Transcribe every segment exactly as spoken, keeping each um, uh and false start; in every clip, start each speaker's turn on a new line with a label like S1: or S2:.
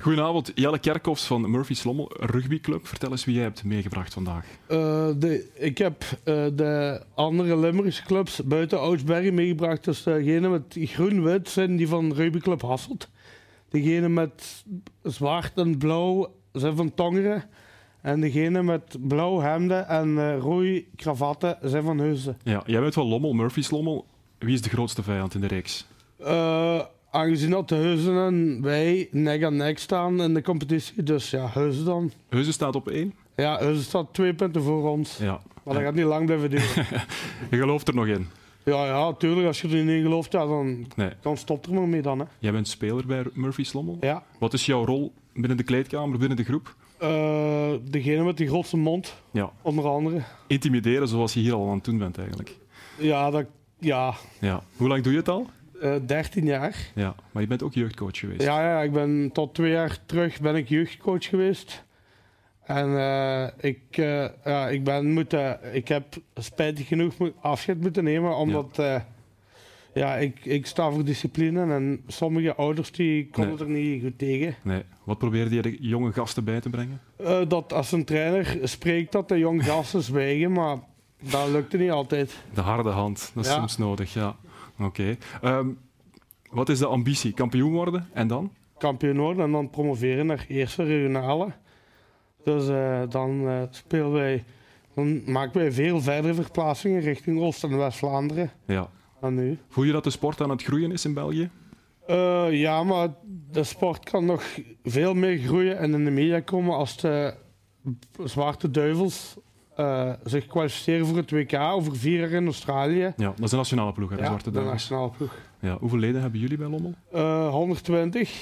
S1: Goedenavond, Jelle Kerkhoffs van Murphy's Lommel rugbyclub. Vertel eens wie jij hebt meegebracht vandaag.
S2: Uh, de, ik heb uh, de andere Limburgse clubs buiten Oudsberry meegebracht. Dus degene met groen-wit zijn die van rugbyclub Hasselt. Degene met zwart en blauw zijn van Tongeren. En degene met blauw hemden en uh, rooi kravatten zijn van Heusden.
S1: Ja, jij bent van Lommel, Murphy's Lommel. Wie is de grootste vijand in de reeks?
S2: Uh, aangezien dat de Heusden en wij nek aan nek staan in de competitie, dus ja, Heusden dan.
S1: Heusden staat op één?
S2: Ja, Heusden staat twee punten voor ons.
S1: Ja.
S2: Maar dat gaat niet lang blijven duren.
S1: Je gelooft er nog in?
S2: Ja, ja, tuurlijk. Als je er niet in gelooft, ja, dan,
S1: nee.
S2: dan stopt er maar mee dan. Hè.
S1: Jij bent speler bij Murphy's Lommel.
S2: Ja.
S1: Wat is jouw rol binnen de kleedkamer, binnen de groep?
S2: Uh, degene met die grootste mond,
S1: ja.
S2: onder andere.
S1: Intimideren, zoals je hier al aan het doen bent eigenlijk.
S2: Ja, dat, ja.
S1: ja. Hoe lang doe je het al?
S2: Uh, dertien jaar.
S1: Ja, maar je bent ook jeugdcoach geweest.
S2: Ja, ja, ik ben tot twee jaar terug ben ik jeugdcoach geweest. En uh, ik, uh, ja, ik, ben moeten, ik heb spijtig genoeg afscheid moeten nemen, omdat ja. Uh, ja, ik, ik sta voor discipline en sommige ouders die konden nee. er niet goed tegen.
S1: Nee. Wat probeerde je de jonge gasten bij te brengen?
S2: Uh, dat als een trainer spreekt dat de jonge gasten zwijgen, maar dat lukte niet altijd.
S1: De harde hand, dat is
S2: ja.
S1: soms nodig, ja. Oké. Okay. Um, wat is de ambitie? Kampioen worden en dan?
S2: Kampioen worden en dan promoveren naar eerste regionale. Dus uh, dan uh, spelen wij, dan maken wij veel verdere verplaatsingen richting Oost- en West-Vlaanderen.
S1: Ja.
S2: Dan nu.
S1: Voel je dat de sport aan het groeien is in België?
S2: Uh, ja, maar de sport kan nog veel meer groeien en in de media komen als de Zwarte Duivels uh, zich kwalificeren voor het W K over vier jaar in Australië.
S1: Ja, dat is de nationale ploeg, hè, de
S2: ja,
S1: Zwarte
S2: de
S1: Duivels.
S2: nationale ploeg.
S1: Ja, hoeveel leden hebben jullie bij Lommel?
S2: Uh, honderdtwintig.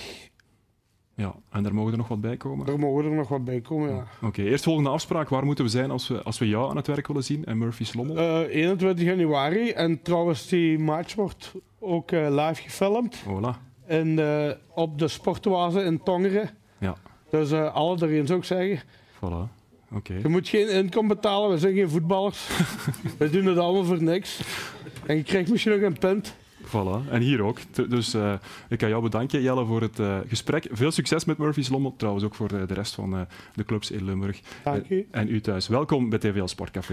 S1: Ja, en daar mogen er nog wat bij komen?
S2: Daar mogen er nog wat bij komen, ja.
S1: Oké, okay. Eerst volgende afspraak. Waar moeten we zijn als we, als we jou aan het werk willen zien en Murphy's Lommel?
S2: Uh, eenentwintig januari. En trouwens, die match wordt ook uh, live gefilmd.
S1: Voilà.
S2: In de, op de Sportoise in Tongeren.
S1: Ja.
S2: Dus uh, alle erin zou ik zeggen.
S1: Voilà. Okay.
S2: Je moet geen inkomen betalen, we zijn geen voetballers. We doen het allemaal voor niks. En je krijgt misschien nog een punt.
S1: Voilà, en hier ook. Dus uh, ik kan jou bedanken, Jelle, voor het uh, gesprek. Veel succes met Murphy's Lommel, trouwens ook voor de, de rest van uh, de clubs in Limburg.
S2: Dank u.
S1: En, en u thuis. Welkom bij T V L Sportcafé.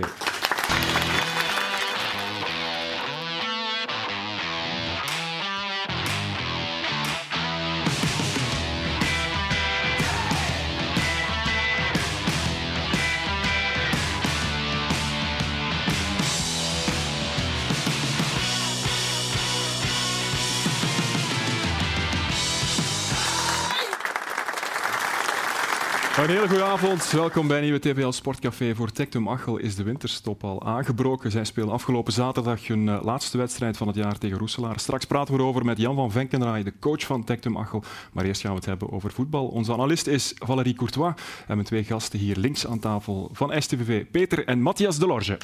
S1: Een hele goede avond. Welkom bij een nieuwe T V L Sportcafé. Voor Tectum Achel is de winterstop al aangebroken. Zij spelen afgelopen zaterdag hun uh, laatste wedstrijd van het jaar tegen Roeselaar. Straks praten we erover met Jan van Venkenraay, de coach van Tectum Achel. Maar eerst gaan we het hebben over voetbal. Onze analist is Valérie Courtois. En mijn twee gasten hier links aan tafel van S T V V, Peter en Matthias Delorge.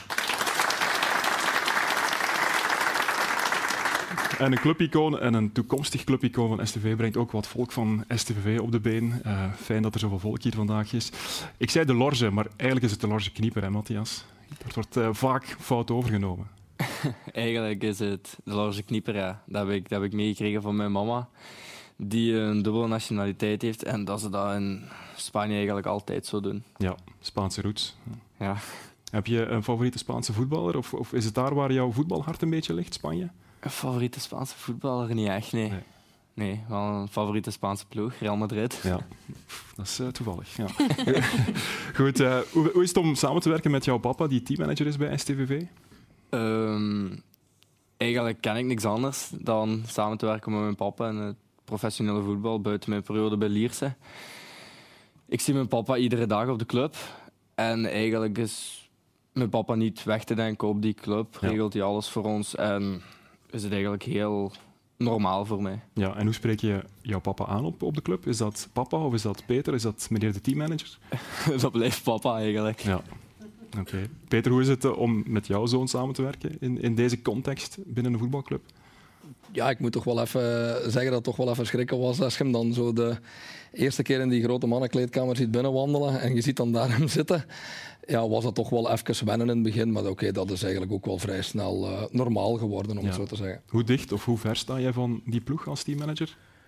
S1: En een clubicoon en een toekomstig clubicoon van S T V brengt ook wat volk van S T V V op de been. Uh, fijn dat er zoveel volk hier vandaag is. Ik zei Delorge, maar eigenlijk is het Delorge Knieper, hè Matthias? Dat wordt uh, vaak fout overgenomen.
S3: Eigenlijk is het Delorge Knieper, ja. Dat heb ik, dat heb ik meegekregen van mijn mama, die een dubbele nationaliteit heeft en dat ze dat in Spanje eigenlijk altijd zo doen.
S1: Ja, Spaanse roots.
S3: Ja.
S1: Heb je een favoriete Spaanse voetballer? Of, of is het daar waar jouw voetbalhart een beetje ligt, Spanje?
S3: Een favoriete Spaanse voetballer? Niet echt, nee. Nee, nee wel een favoriete Spaanse ploeg, Real Madrid.
S1: Ja, dat is uh, toevallig. Ja. Goed, uh, hoe, hoe is het om samen te werken met jouw papa, die teammanager is bij S T V V?
S3: Um, eigenlijk ken ik niks anders dan samen te werken met mijn papa in het professionele voetbal, buiten mijn periode bij Lierse. Ik zie mijn papa iedere dag op de club en eigenlijk is mijn papa niet weg te denken op die club.
S1: Ja.
S3: Regelt hij alles voor ons en is het eigenlijk heel normaal voor mij.
S1: Ja, en hoe spreek je jouw papa aan op, op de club? Is dat papa of is dat Peter? Is dat meneer de teammanager?
S3: Dat blijft papa eigenlijk.
S1: Ja. Oké. Okay. Peter, hoe is het uh, om met jouw zoon samen te werken in, in deze context binnen een voetbalclub?
S4: Ja, ik moet toch wel even zeggen dat het toch wel even schrikken was als je hem dan zo de eerste keer in die grote mannenkleedkamer ziet binnenwandelen en je ziet dan daar hem zitten. Ja, was dat toch wel even wennen in het begin, maar oké, okay, dat is eigenlijk ook wel vrij snel uh, normaal geworden, om
S1: ja.
S4: het zo te zeggen.
S1: Hoe dicht of hoe ver sta jij van die ploeg als teammanager?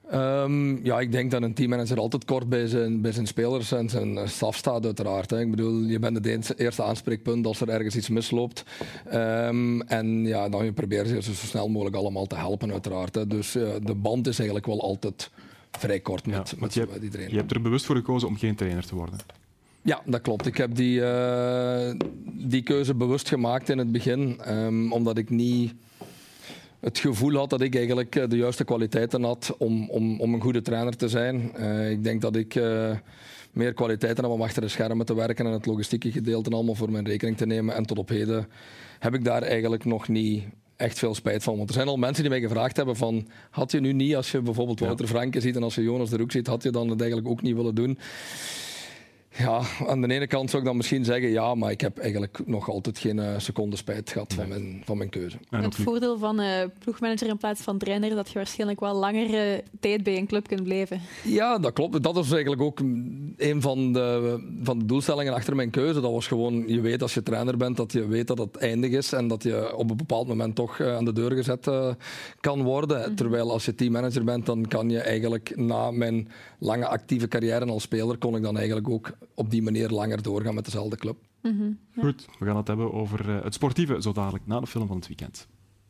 S4: Um, ja, ik denk dat een teammanager altijd kort bij zijn, bij zijn spelers en zijn staf staat, uiteraard. Hè. Ik bedoel, je bent het eerste aanspreekpunt als er ergens iets misloopt. Um, en ja, dan probeer je ze zo snel mogelijk allemaal te helpen, uiteraard. Hè. Dus uh, de band is eigenlijk wel altijd vrij kort met, ja, met,
S1: je,
S4: met
S1: hebt,
S4: iedereen.
S1: Je hebt er bewust voor gekozen om geen trainer te worden.
S4: Ja, dat klopt. Ik heb die, uh, die keuze bewust gemaakt in het begin, um, omdat ik niet het gevoel had dat ik eigenlijk de juiste kwaliteiten had om, om, om een goede trainer te zijn. Uh, ik denk dat ik uh, meer kwaliteiten heb om achter de schermen te werken en het logistieke gedeelte allemaal voor mijn rekening te nemen. En tot op heden heb ik daar eigenlijk nog niet echt veel spijt van. Want er zijn al mensen die mij gevraagd hebben van, had je nu niet, als je bijvoorbeeld Wouter ja. Franke ziet en als je Jonas de Roek ziet, had je dan het eigenlijk ook niet willen doen? Ja, aan de ene kant zou ik dan misschien zeggen ja, maar ik heb eigenlijk nog altijd geen uh, seconde spijt gehad van mijn, van mijn keuze.
S5: En het voordeel van uh, ploegmanager in plaats van trainer is dat je waarschijnlijk wel langere tijd bij een club kunt blijven.
S4: Ja, dat klopt. Dat is eigenlijk ook een van de, van de doelstellingen achter mijn keuze. Dat was gewoon, je weet als je trainer bent, dat je weet dat het eindig is en dat je op een bepaald moment toch uh, aan de deur gezet uh, kan worden. Mm-hmm. Terwijl als je teammanager bent, dan kan je eigenlijk na mijn lange actieve carrière als speler, kon ik dan eigenlijk ook op die manier langer doorgaan met dezelfde club.
S5: Mm-hmm, ja.
S1: Goed, we gaan het hebben over uh, het sportieve zo dadelijk na de film van het weekend.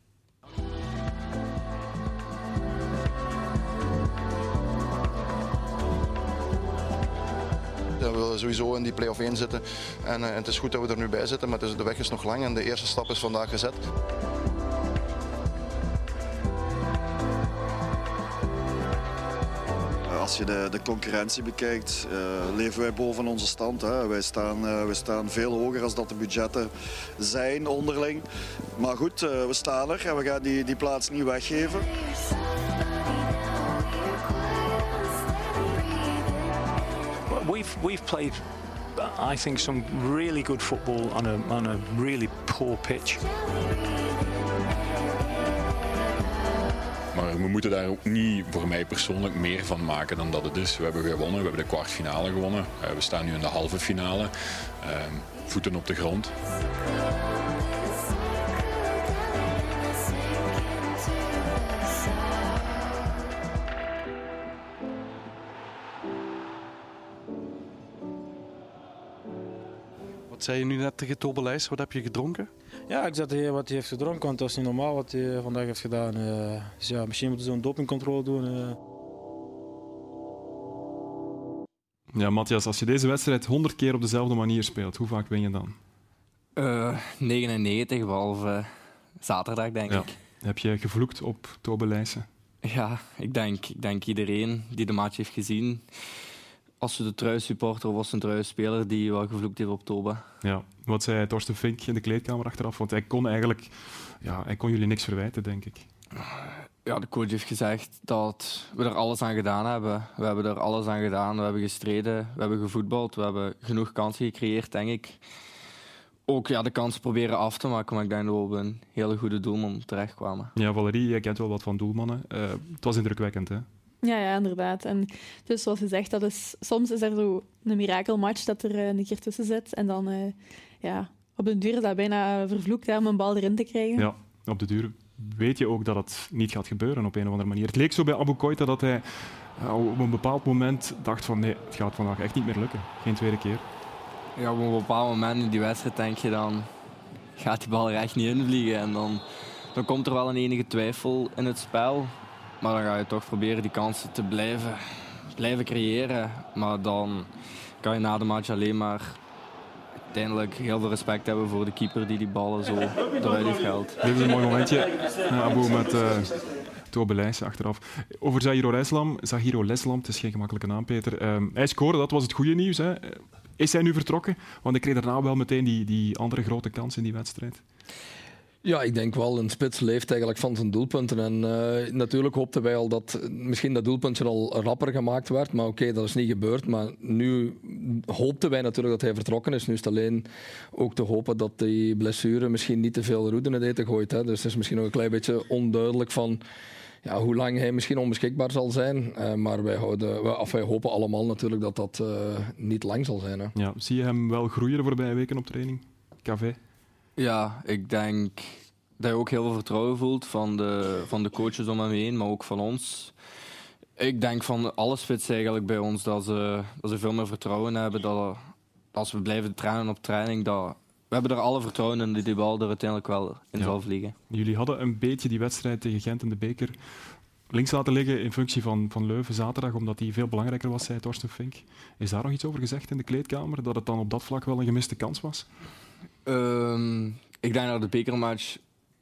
S6: Ja, we willen sowieso in die play-off één zitten en, uh, en het is goed dat we er nu bij zitten, maar het is, de weg is nog lang en de eerste stap is vandaag gezet.
S7: Als je de, de concurrentie bekijkt, uh, leven wij boven onze stand. Hè. Wij, staan, uh, wij staan veel hoger als dat de budgetten zijn onderling. Maar goed, uh, we staan er en we gaan die, die plaats niet weggeven.
S8: We've, we've played, I think, some really good football on a, on a really poor pitch.
S9: Maar we moeten daar ook niet, voor mij persoonlijk, meer van maken dan dat het is. We hebben gewonnen, we hebben de kwartfinale gewonnen. Uh, we staan nu in de halve finale. Uh, voeten op de grond.
S10: Wat zei je nu net tegen Tobe Leijs? Wat heb je gedronken?
S11: Ja, ik zei wat hij heeft gedronken, want dat is niet normaal wat hij vandaag heeft gedaan. Uh, dus ja, misschien moeten ze een dopingcontrole doen. Uh.
S1: Ja, Matthias, als je deze wedstrijd honderd keer op dezelfde manier speelt, hoe vaak win je dan?
S3: Uh, negenennegentig, behalve uh, zaterdag, denk
S1: ja.
S3: ik.
S1: Heb je gevloekt op Tobe Leijsen?
S3: Ja, ik denk, ik denk iedereen die de match heeft gezien. Als je de trui-supporter of was een trui-speler die wel gevloekt heeft op Tobe.
S1: Ja, wat zei Torsten Fink in de kleedkamer achteraf? Want hij kon eigenlijk, ja, hij kon jullie niks verwijten, denk ik.
S3: Ja, de coach heeft gezegd dat we er alles aan gedaan hebben. We hebben er alles aan gedaan. We hebben gestreden, we hebben gevoetbald, we hebben genoeg kansen gecreëerd, denk ik. Ook ja, de kansen proberen af te maken, maar ik denk dat we op een hele goede doelman terechtkwamen.
S1: Ja, Valerie, jij kent wel wat van doelmannen. Uh, het was indrukwekkend, hè?
S5: Ja, ja, inderdaad. En dus zoals je zegt, dat is, soms is er zo een mirakelmatch dat er uh, een keer tussen zit. En dan, uh, ja, op de duur is dat bijna vervloekt hè, om een bal erin te krijgen.
S1: Ja, op de duur weet je ook dat het niet gaat gebeuren op een of andere manier. Het leek zo bij Abu Koita dat hij uh, op een bepaald moment dacht van nee, het gaat vandaag echt niet meer lukken. Geen tweede keer.
S3: Ja, op een bepaald moment in die wedstrijd denk je dan gaat die bal er echt niet invliegen. En dan, dan komt er wel een enige twijfel in het spel. Maar dan ga je toch proberen die kansen te blijven, blijven creëren. Maar dan kan je na de match alleen maar uiteindelijk heel veel respect hebben voor de keeper die die ballen zo eruit heeft gehaald.
S1: Dit is een mooi momentje. Abu met uh, Tobe Leijsen achteraf. Over Zahiro Leslam. Zahiro Leslam, het is geen gemakkelijke naam, Peter. Um, hij scoorde, dat was het goede nieuws. Hè. Is hij nu vertrokken? Want ik kreeg daarna wel meteen die, die andere grote kans in die wedstrijd.
S4: Ja, ik denk wel. Een spits leeft eigenlijk van zijn doelpunten. En uh, natuurlijk hoopten wij al dat misschien dat doelpuntje al rapper gemaakt werd. Maar oké, okay, dat is niet gebeurd. Maar nu hoopten wij natuurlijk dat hij vertrokken is. Nu is het alleen ook te hopen dat die blessure misschien niet te veel roet in het eten gooit. Hè. Dus het is misschien nog een klein beetje onduidelijk van ja, hoe lang hij misschien onbeschikbaar zal zijn. Uh, maar wij, houden, wij, of wij hopen allemaal natuurlijk dat dat uh, niet lang zal zijn. Hè.
S1: Ja, zie je hem wel groeien de voorbije weken op training? K V?
S3: Ja, ik denk dat je ook heel veel vertrouwen voelt van de, van de coaches om hem heen, maar ook van ons. Ik denk van alle spitsen eigenlijk bij ons dat ze, dat ze veel meer vertrouwen hebben. Dat als we blijven trainen op training, dat we hebben er alle vertrouwen in dat die bal er uiteindelijk wel in ja. zal vliegen.
S1: Jullie hadden een beetje die wedstrijd tegen Gent in de beker links laten liggen in functie van, van Leuven zaterdag, omdat die veel belangrijker was, zei Torsten Fink. Is daar nog iets over gezegd in de kleedkamer, dat het dan op dat vlak wel een gemiste kans was?
S3: Um, ik denk dat de bekermatch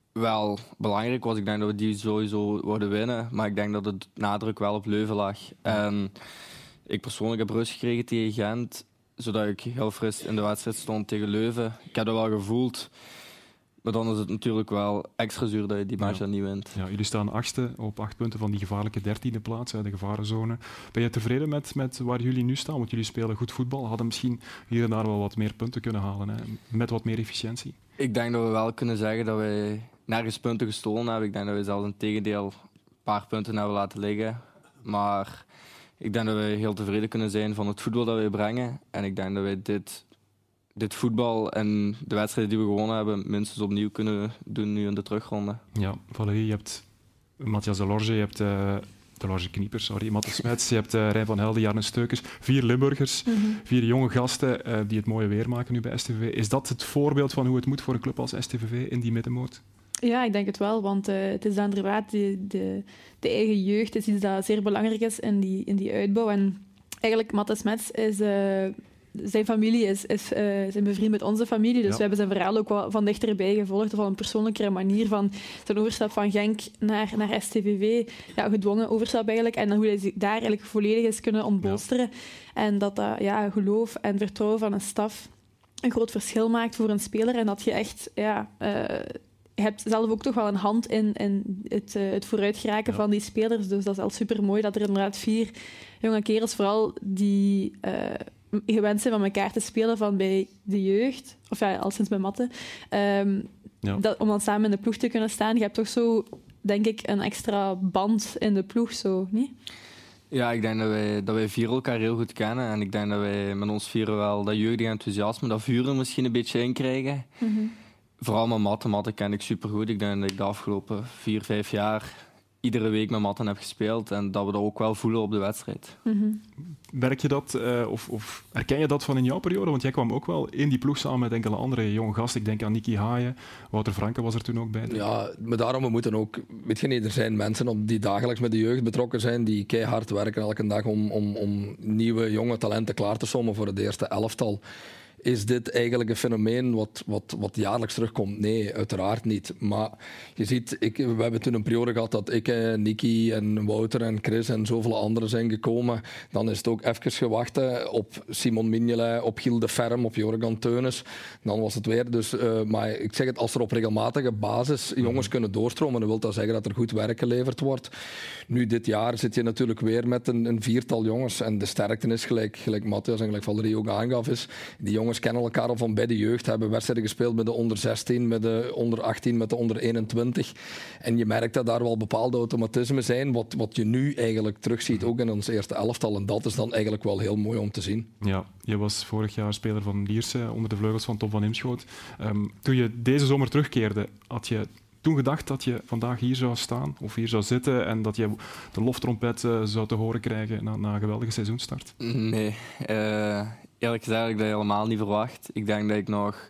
S3: wel belangrijk was. Ik denk dat we die sowieso worden winnen, maar ik denk dat de nadruk wel op Leuven lag. En ik persoonlijk heb rust gekregen tegen Gent, zodat ik heel fris in de wedstrijd stond tegen Leuven. Ik heb dat wel gevoeld. Maar dan is het natuurlijk wel extra zuur dat je die match ja. dan niet wint.
S1: Ja, jullie staan achtste op acht punten van die gevaarlijke dertiende plaats, de gevarenzone. Ben je tevreden met, met waar jullie nu staan? Want jullie spelen goed voetbal. Hadden misschien hier en daar wel wat meer punten kunnen halen, hè? Met wat meer efficiëntie.
S3: Ik denk dat we wel kunnen zeggen dat wij nergens punten gestolen hebben. Ik denk dat we zelfs een tegendeel een paar punten hebben laten liggen. Maar ik denk dat we heel tevreden kunnen zijn van het voetbal dat wij brengen. En ik denk dat wij dit... dit voetbal en de wedstrijden die we gewonnen hebben minstens opnieuw kunnen doen nu in de terugronde.
S1: Ja, Valérie, je hebt Matthias Delorge, je hebt uh, Delorge Knieper, sorry, Matte Smets, je hebt uh, Rijn van Helden, Jarne Steukers, vier Limburgers, mm-hmm. vier jonge gasten uh, die het mooie weer maken nu bij S T V V. Is dat het voorbeeld van hoe het moet voor een club als S T V V in die middenmoot?
S5: Ja, ik denk het wel, want uh, het is dan inderdaad de, de, de eigen jeugd is iets dat zeer belangrijk is in die, in die uitbouw. En eigenlijk, Matte Smets is... Uh, Zijn familie is, is uh, zijn bevriend met onze familie, dus ja. we hebben zijn verhaal ook wel van dichterbij gevolgd, op een persoonlijkere manier, van zijn overstap van Genk naar, naar S T V V, ja, gedwongen overstap eigenlijk, en hoe hij zich daar eigenlijk volledig is kunnen ontbolsteren. Ja. En dat dat ja, geloof en vertrouwen van een staf een groot verschil maakt voor een speler, en dat je echt... Ja, uh, je hebt zelf ook toch wel een hand in, in het, uh, het vooruitgeraken ja. van die spelers, dus dat is al super mooi dat er inderdaad vier jonge kerels, vooral die... Uh, gewend zijn van elkaar te spelen van bij de jeugd, of ja, al sinds bij Matte, um, ja. dat, om dan samen in de ploeg te kunnen staan. Je hebt toch zo, denk ik, een extra band in de ploeg, zo, niet?
S3: Ja, ik denk dat wij, dat wij vier elkaar heel goed kennen en ik denk dat wij met ons vieren wel dat jeugdige enthousiasme, dat vuren misschien een beetje inkrijgen. Mm-hmm. Vooral met Matte. Matte ken ik supergoed. Ik denk dat ik de afgelopen vier, vijf jaar iedere week met Matten heb gespeeld en dat we dat ook wel voelen op de wedstrijd.
S5: Mm-hmm.
S1: Merk je dat, uh, of, of herken je dat van in jouw periode? Want jij kwam ook wel in die ploeg samen met enkele andere jonge gasten. Ik denk aan Nicky Haaien, Wouter Franke was er toen ook bij.
S4: Ja, maar daarom we moeten ook... Weet je niet, er zijn mensen die dagelijks met de jeugd betrokken zijn, die keihard werken elke dag om, om, om nieuwe jonge talenten klaar te sommen voor het eerste elftal. Is dit eigenlijk een fenomeen wat, wat, wat jaarlijks terugkomt? Nee, uiteraard niet. Maar je ziet, ik, we hebben toen een periode gehad dat ik, en Nicky en Wouter en Chris en zoveel anderen zijn gekomen. Dan is het ook even gewacht op Simon Mignolet, op Giel de Ferm, op Jorgan Teunis. Dan was het weer. Dus, uh, maar ik zeg het, als er op regelmatige basis jongens kunnen doorstromen, dan wil dat zeggen dat er goed werk geleverd wordt. Nu, dit jaar zit je natuurlijk weer met een, een viertal jongens. En de sterkte is, gelijk, gelijk Matthias en gelijk Valerie ook aangaf, is die jongens kennen elkaar al van bij de jeugd, hebben wedstrijden gespeeld met de onder zestien, met de onder achttien, met de onder eenentwintig. En je merkt dat daar wel bepaalde automatismen zijn, wat, wat je nu eigenlijk terugziet, ook in ons eerste elftal. En dat is dan eigenlijk wel heel mooi om te zien.
S1: Ja, je was vorig jaar speler van Lierse, onder de vleugels van Tom van Imschoot. Um, toen je deze zomer terugkeerde, had je toen gedacht dat je vandaag hier zou staan of hier zou zitten en dat je de loftrompet uh, zou te horen krijgen na, na een geweldige seizoenstart?
S3: Nee, uh, eerlijk gezegd heb ik dat helemaal niet verwacht. Ik denk dat ik nog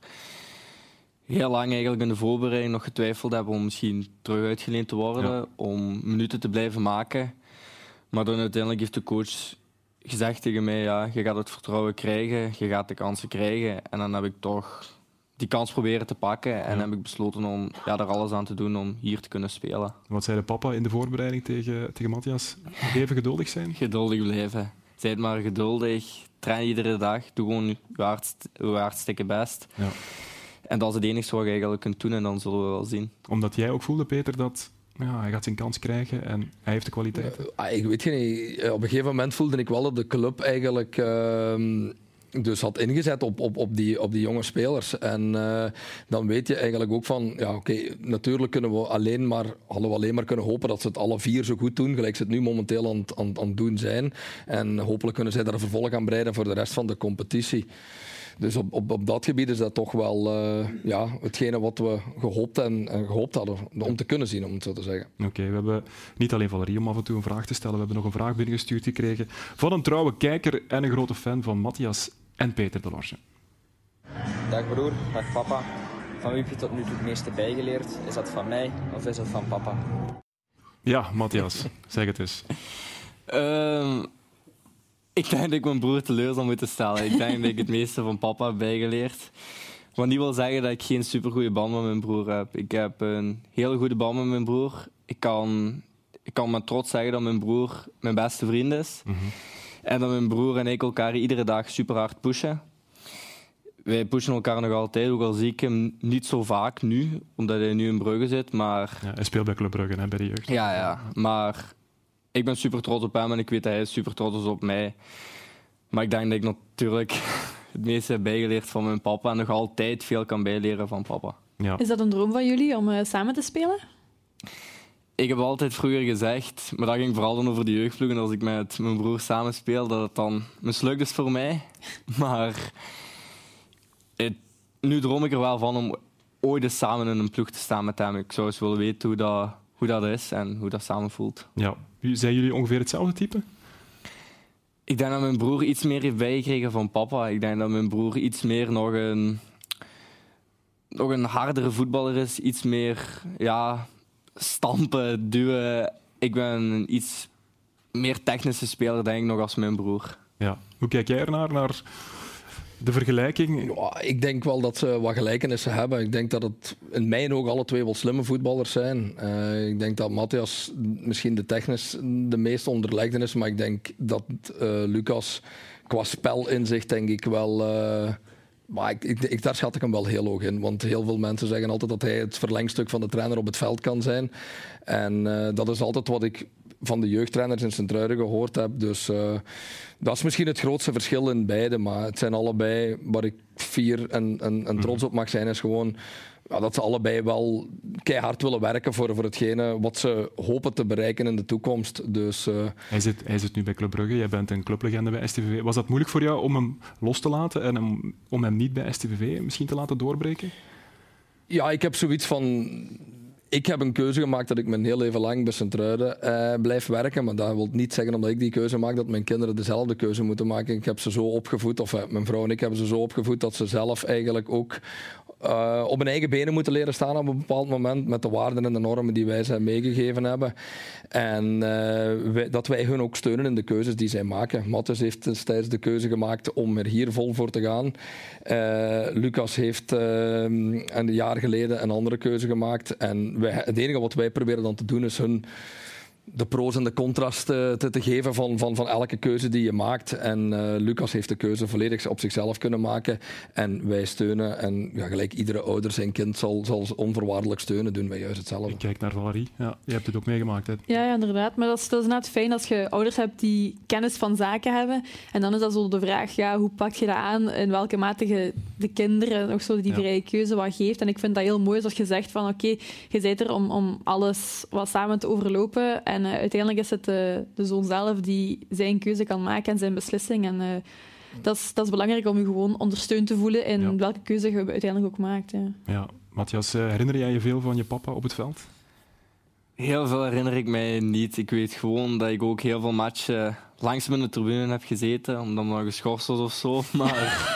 S3: heel lang eigenlijk in de voorbereiding nog getwijfeld heb om misschien terug uitgeleend te worden, ja. om minuten te blijven maken. Maar dan uiteindelijk heeft de coach gezegd tegen mij, ja, je gaat het vertrouwen krijgen, je gaat de kansen krijgen. En dan heb ik toch die kans proberen te pakken en ja. heb ik besloten om ja, er alles aan te doen om hier te kunnen spelen.
S1: Wat zei de papa in de voorbereiding tegen, tegen Matthias? Even geduldig zijn?
S3: Geduldig blijven. Zijt maar geduldig. Train iedere dag. Doe gewoon je hardst, hartstikke best.
S1: Ja.
S3: En dat is het enige wat je eigenlijk kunt doen en dan zullen we wel zien.
S1: Omdat jij ook voelde, Peter, dat ja, hij gaat zijn kans krijgen en hij heeft de kwaliteit.
S4: Uh, ik weet niet. Op een gegeven moment voelde ik wel dat de club eigenlijk Uh, dus had ingezet op, op, op, die, op die jonge spelers. En uh, dan weet je eigenlijk ook van, ja oké, okay, natuurlijk kunnen we alleen maar, hadden we alleen maar kunnen hopen dat ze het alle vier zo goed doen, gelijk ze het nu momenteel aan, aan, aan het doen zijn. En hopelijk kunnen zij daar een vervolg aan breiden voor de rest van de competitie. Dus op, op, op dat gebied is dat toch wel uh, ja, hetgene wat we gehoopt, en, en gehoopt hadden om te kunnen zien, om het zo te zeggen.
S1: Oké, okay, we hebben niet alleen Valerie om af en toe een vraag te stellen, we hebben nog een vraag binnengestuurd gekregen van een trouwe kijker en een grote fan van Matthias en Peter de Lorge.
S12: Dag broer, dag papa. Van wie heb je tot nu toe het meeste bijgeleerd? Is dat van mij of is dat van papa?
S1: Ja, Matthias, zeg het eens.
S3: Um, ik denk dat ik mijn broer teleur zal moeten stellen. Ik denk dat ik het meeste van papa heb bijgeleerd. Wat niet wil zeggen dat ik geen supergoeie band met mijn broer heb. Ik heb een hele goede band met mijn broer. Ik kan, ik kan met trots zeggen dat mijn broer mijn beste vriend is. Mm-hmm. En dat mijn broer en ik elkaar iedere dag super hard pushen. Wij pushen elkaar nog altijd, ook al zie ik hem niet zo vaak nu, omdat hij nu in Brugge zit. Maar...
S1: Ja, hij speelt bij Club Brugge, hè, bij de jeugd.
S3: Ja, ja, maar ik ben super trots op hem en ik weet dat hij super trots is op mij. Maar ik denk dat ik natuurlijk het meeste heb bijgeleerd van mijn papa en nog altijd veel kan bijleren van papa.
S5: Ja. Is dat een droom van jullie om uh, samen te spelen?
S3: Ik heb altijd vroeger gezegd, maar dat ging vooral dan over de jeugdploegen, als ik met mijn broer samen speel, dat het dan mislukt is voor mij. Maar het, nu droom ik er wel van om ooit eens samen in een ploeg te staan met hem. Ik zou eens willen weten hoe dat, hoe dat is en hoe dat samen voelt.
S1: Ja. Zijn jullie ongeveer hetzelfde type?
S3: Ik denk dat mijn broer iets meer heeft bijgekregen van papa. Ik denk dat mijn broer iets meer nog een, nog een hardere voetballer is. Iets meer ja, stampen, duwen. Ik ben een iets meer technische speler, denk ik, nog als mijn broer.
S1: Ja. Hoe kijk jij ernaar, naar de vergelijking?
S4: Ja, ik denk wel dat ze wat gelijkenissen hebben. Ik denk dat het in mijn ogen alle twee wel slimme voetballers zijn. Uh, ik denk dat Matthias misschien de technisch de meest onderlegde is, maar ik denk dat uh, Lucas qua spelinzicht denk ik wel... Uh, maar ik, ik, ik, daar schat ik hem wel heel hoog in. Want heel veel mensen zeggen altijd dat hij het verlengstuk van de trainer op het veld kan zijn. En uh, dat is altijd wat ik van de jeugdtrainers in Sint-Truiden gehoord heb. Dus uh, dat is misschien het grootste verschil in beide. Maar het zijn allebei, waar ik fier en, en, en trots op mag zijn, is gewoon ja, dat ze allebei wel keihard willen werken voor, voor hetgene wat ze hopen te bereiken in de toekomst. Dus, uh,
S1: hij, zit, hij zit nu bij Club Brugge, jij bent een clublegende bij S T V V. Was dat moeilijk voor jou om hem los te laten en om, om hem niet bij S T V V misschien te laten doorbreken?
S4: Ja, ik heb zoiets van... Ik heb een keuze gemaakt dat ik mijn heel leven lang bij Sint-Truiden uh, blijf werken. Maar dat wil niet zeggen omdat ik die keuze maak dat mijn kinderen dezelfde keuze moeten maken. Ik heb ze zo opgevoed, of uh, mijn vrouw en ik hebben ze zo opgevoed dat ze zelf eigenlijk ook uh, op hun eigen benen moeten leren staan op een bepaald moment. Met de waarden en de normen die wij ze meegegeven hebben. En uh, wij, dat wij hun ook steunen in de keuzes die zij maken. Matthias heeft destijds de keuze gemaakt om er hier vol voor te gaan. Uh, Lucas heeft uh, een jaar geleden een andere keuze gemaakt. En wij, het enige wat wij proberen dan te doen is hun de pro's en de contra's te, te, te geven van, van, van elke keuze die je maakt. En uh, Lucas heeft de keuze volledig op zichzelf kunnen maken. En wij steunen. En ja, gelijk iedere ouder zijn kind zal, zal onvoorwaardelijk steunen, doen wij juist hetzelfde.
S1: Ik kijk naar Valerie. Ja, je hebt het ook meegemaakt, hè?
S5: Ja, ja, inderdaad. Maar dat is, dat is inderdaad fijn als je ouders hebt die kennis van zaken hebben. En dan is dat zo de vraag, ja, hoe pak je dat aan? In welke mate je de kinderen nog zo die ja. vrije keuze wat geeft. En ik vind dat heel mooi als je zegt van oké, okay, je bent er om, om alles wat samen te overlopen. En uh, uiteindelijk is het de, de zoon zelf die zijn keuze kan maken en zijn beslissing. En uh, dat is, dat is belangrijk om je gewoon ondersteund te voelen in ja. welke keuze je uiteindelijk ook maakt. Ja,
S1: ja. Matthias, uh, herinner jij je veel van je papa op het veld?
S3: Heel veel herinner ik mij niet. Ik weet gewoon dat ik ook heel veel matchen langs met de tribune heb gezeten, omdat me geschorst was of zo. Maar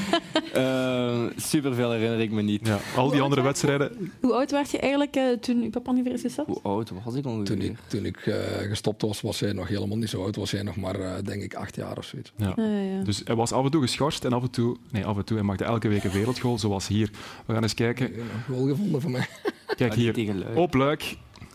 S3: uh, superveel herinner ik me niet.
S1: Ja, al die andere wedstrijden.
S5: Hoe oud werd je eigenlijk uh, toen je papa niet meer is gestapt?
S3: Hoe oud was ik ongeveer?
S4: Toen ik, toen ik uh, gestopt was, was hij nog helemaal niet zo oud. Was hij nog maar, uh, denk ik, acht jaar of zoiets.
S1: Ja. Uh, ja. Dus hij was af en toe geschorst en af en toe... Nee, af en toe. Hij maakte elke week een wereldgoal, zoals hier. We gaan eens kijken.
S4: Een goal gevonden van mij.
S1: Kijk hier, op Luik.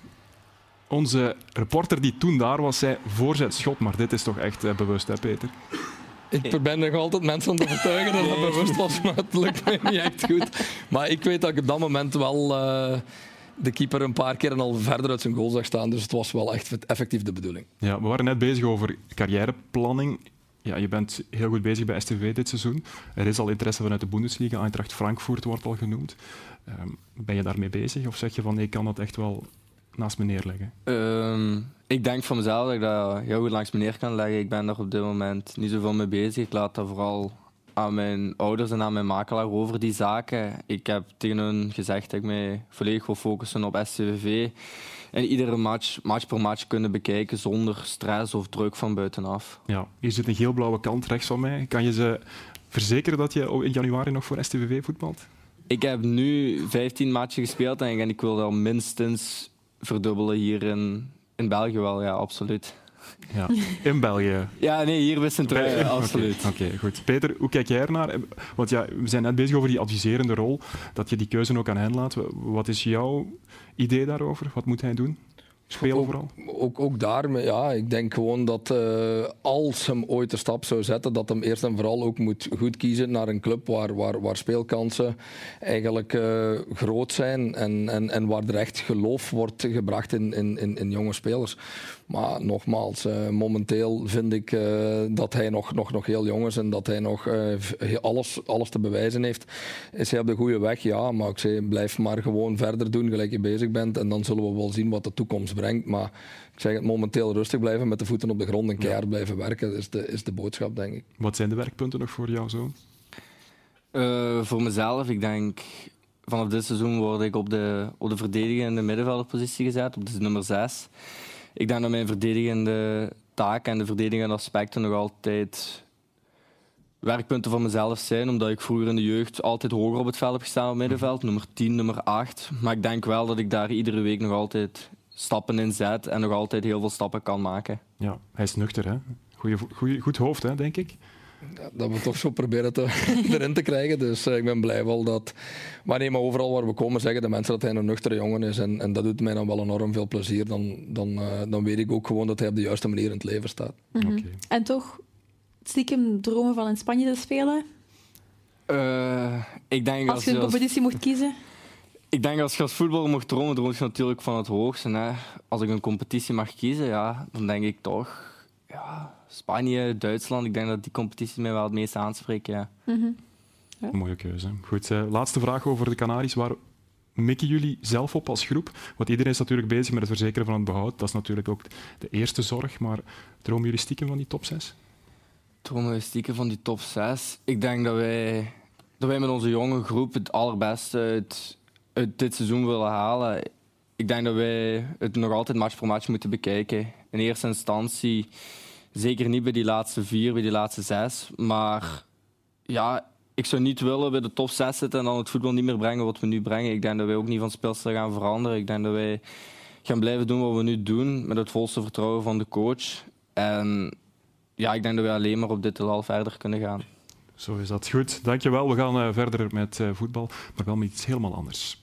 S1: Onze reporter die toen daar was, zei voorzet schot, maar dit is toch echt uh, bewust, hè Peter?
S4: Ik ben nog altijd mensen om te vertuigen dat dat bewust was, maar het lukt mij niet echt goed. Maar ik weet dat ik op dat moment wel uh, de keeper een paar keer en al verder uit zijn goal zag staan, dus het was wel echt effectief de bedoeling.
S1: Ja, we waren net bezig over carrièreplanning. Ja, je bent heel goed bezig bij S T V V dit seizoen. Er is al interesse vanuit de Bundesliga, Eintracht Frankfurt wordt al genoemd. Um, ben je daarmee bezig of zeg je van nee, ik kan dat echt wel naast me neerleggen?
S3: Um, ik denk van mezelf dat ik dat heel goed langs me neer kan leggen. Ik ben daar op dit moment niet zoveel mee bezig. Ik laat dat vooral aan mijn ouders en aan mijn makelaar over die zaken. Ik heb tegen hen gezegd dat ik mij volledig wil focussen op S C V V. En iedere match, match per match kunnen bekijken zonder stress of druk van buitenaf.
S1: Ja, hier zit een geel-blauwe kant rechts van mij. Kan je ze verzekeren dat je in januari nog voor S T V V voetbalt?
S3: Ik heb nu vijftien matchen gespeeld en ik wil dat minstens verdubbelen hier in, in België wel, ja, absoluut.
S1: Ja, in België?
S3: Ja, nee, hier bij Sint-Truiden, absoluut.
S1: Oké, okay, okay, goed. Peter, hoe kijk jij ernaar? Want ja, we zijn net bezig over die adviserende rol, dat je die keuze ook aan hen laat. Wat is jouw idee daarover? Wat moet hij doen? Spelen
S4: ook,
S1: vooral?
S4: Ook, ook daar, ja, ik denk gewoon dat uh, als hem ooit de stap zou zetten, dat hem eerst en vooral ook moet goed kiezen naar een club waar, waar, waar speelkansen eigenlijk uh, groot zijn en, en, en waar er echt geloof wordt gebracht in, in, in, in jonge spelers. Maar nogmaals, uh, momenteel vind ik uh, dat hij nog, nog, nog heel jong is en dat hij nog uh, alles, alles te bewijzen heeft. Is hij op de goede weg? Ja, maar ik zeg, blijf maar gewoon verder doen gelijk je bezig bent en dan zullen we wel zien wat de toekomst brengt. Maar ik zeg het, momenteel rustig blijven met de voeten op de grond en keihard blijven werken is de, is de boodschap, denk ik.
S1: Wat zijn de werkpunten nog voor jouw zoon?
S3: Uh, voor mezelf, ik denk vanaf dit seizoen word ik op de, op de verdedigende middenvelderpositie gezet, op de nummer zes. Ik denk dat mijn verdedigende taken en de verdedigende aspecten nog altijd werkpunten van mezelf zijn, omdat ik vroeger in de jeugd altijd hoger op het veld heb gestaan op middenveld, nummer tien, nummer acht. Maar ik denk wel dat ik daar iedere week nog altijd stappen in zet en nog altijd heel veel stappen kan maken.
S1: Ja, hij is nuchter, hè? Goeie, goeie, goed hoofd, hè, denk ik.
S4: Ja, dat we toch zo proberen te, erin te krijgen. Dus uh, ik ben blij wel dat... Maar nee, maar overal waar we komen zeggen de mensen dat hij een nuchtere jongen is. En, en dat doet mij dan wel enorm veel plezier. Dan, dan, uh, dan weet ik ook gewoon dat hij op de juiste manier in het leven staat.
S5: Mm-hmm.
S1: Okay.
S5: En toch stiekem dromen van in Spanje te spelen?
S3: Uh, ik denk
S5: als je een competitie mocht kiezen?
S3: Ik denk als je als voetballer mocht dromen, droom je natuurlijk van het hoogste. Hè. Als ik een competitie mag kiezen, ja, dan denk ik toch... Ja, Spanje, Duitsland, ik denk dat die competities mij wel het meest aanspreken. Ja.
S5: Mm-hmm. Ja.
S1: Mooie keuze. Goed, uh, laatste vraag over de Canaries. Waar mikken jullie zelf op als groep? Want iedereen is natuurlijk bezig met het verzekeren van het behoud. Dat is natuurlijk ook de eerste zorg. Maar dromen jullie stiekem van die top zes?
S3: Dromen we stiekem van die top zes? Ik denk dat wij, dat wij met onze jonge groep het allerbeste uit, uit dit seizoen willen halen. Ik denk dat wij het nog altijd match voor match moeten bekijken. In eerste instantie zeker niet bij die laatste vier, bij die laatste zes. Maar ja, ik zou niet willen bij de top zes zitten en dan het voetbal niet meer brengen wat we nu brengen. Ik denk dat wij ook niet van speelstijl gaan veranderen. Ik denk dat wij gaan blijven doen wat we nu doen, met het volste vertrouwen van de coach. En ja, ik denk dat we alleen maar op dit al verder kunnen gaan.
S1: Zo is dat. Goed, dankjewel. We gaan uh, verder met uh, voetbal, maar wel met iets helemaal anders.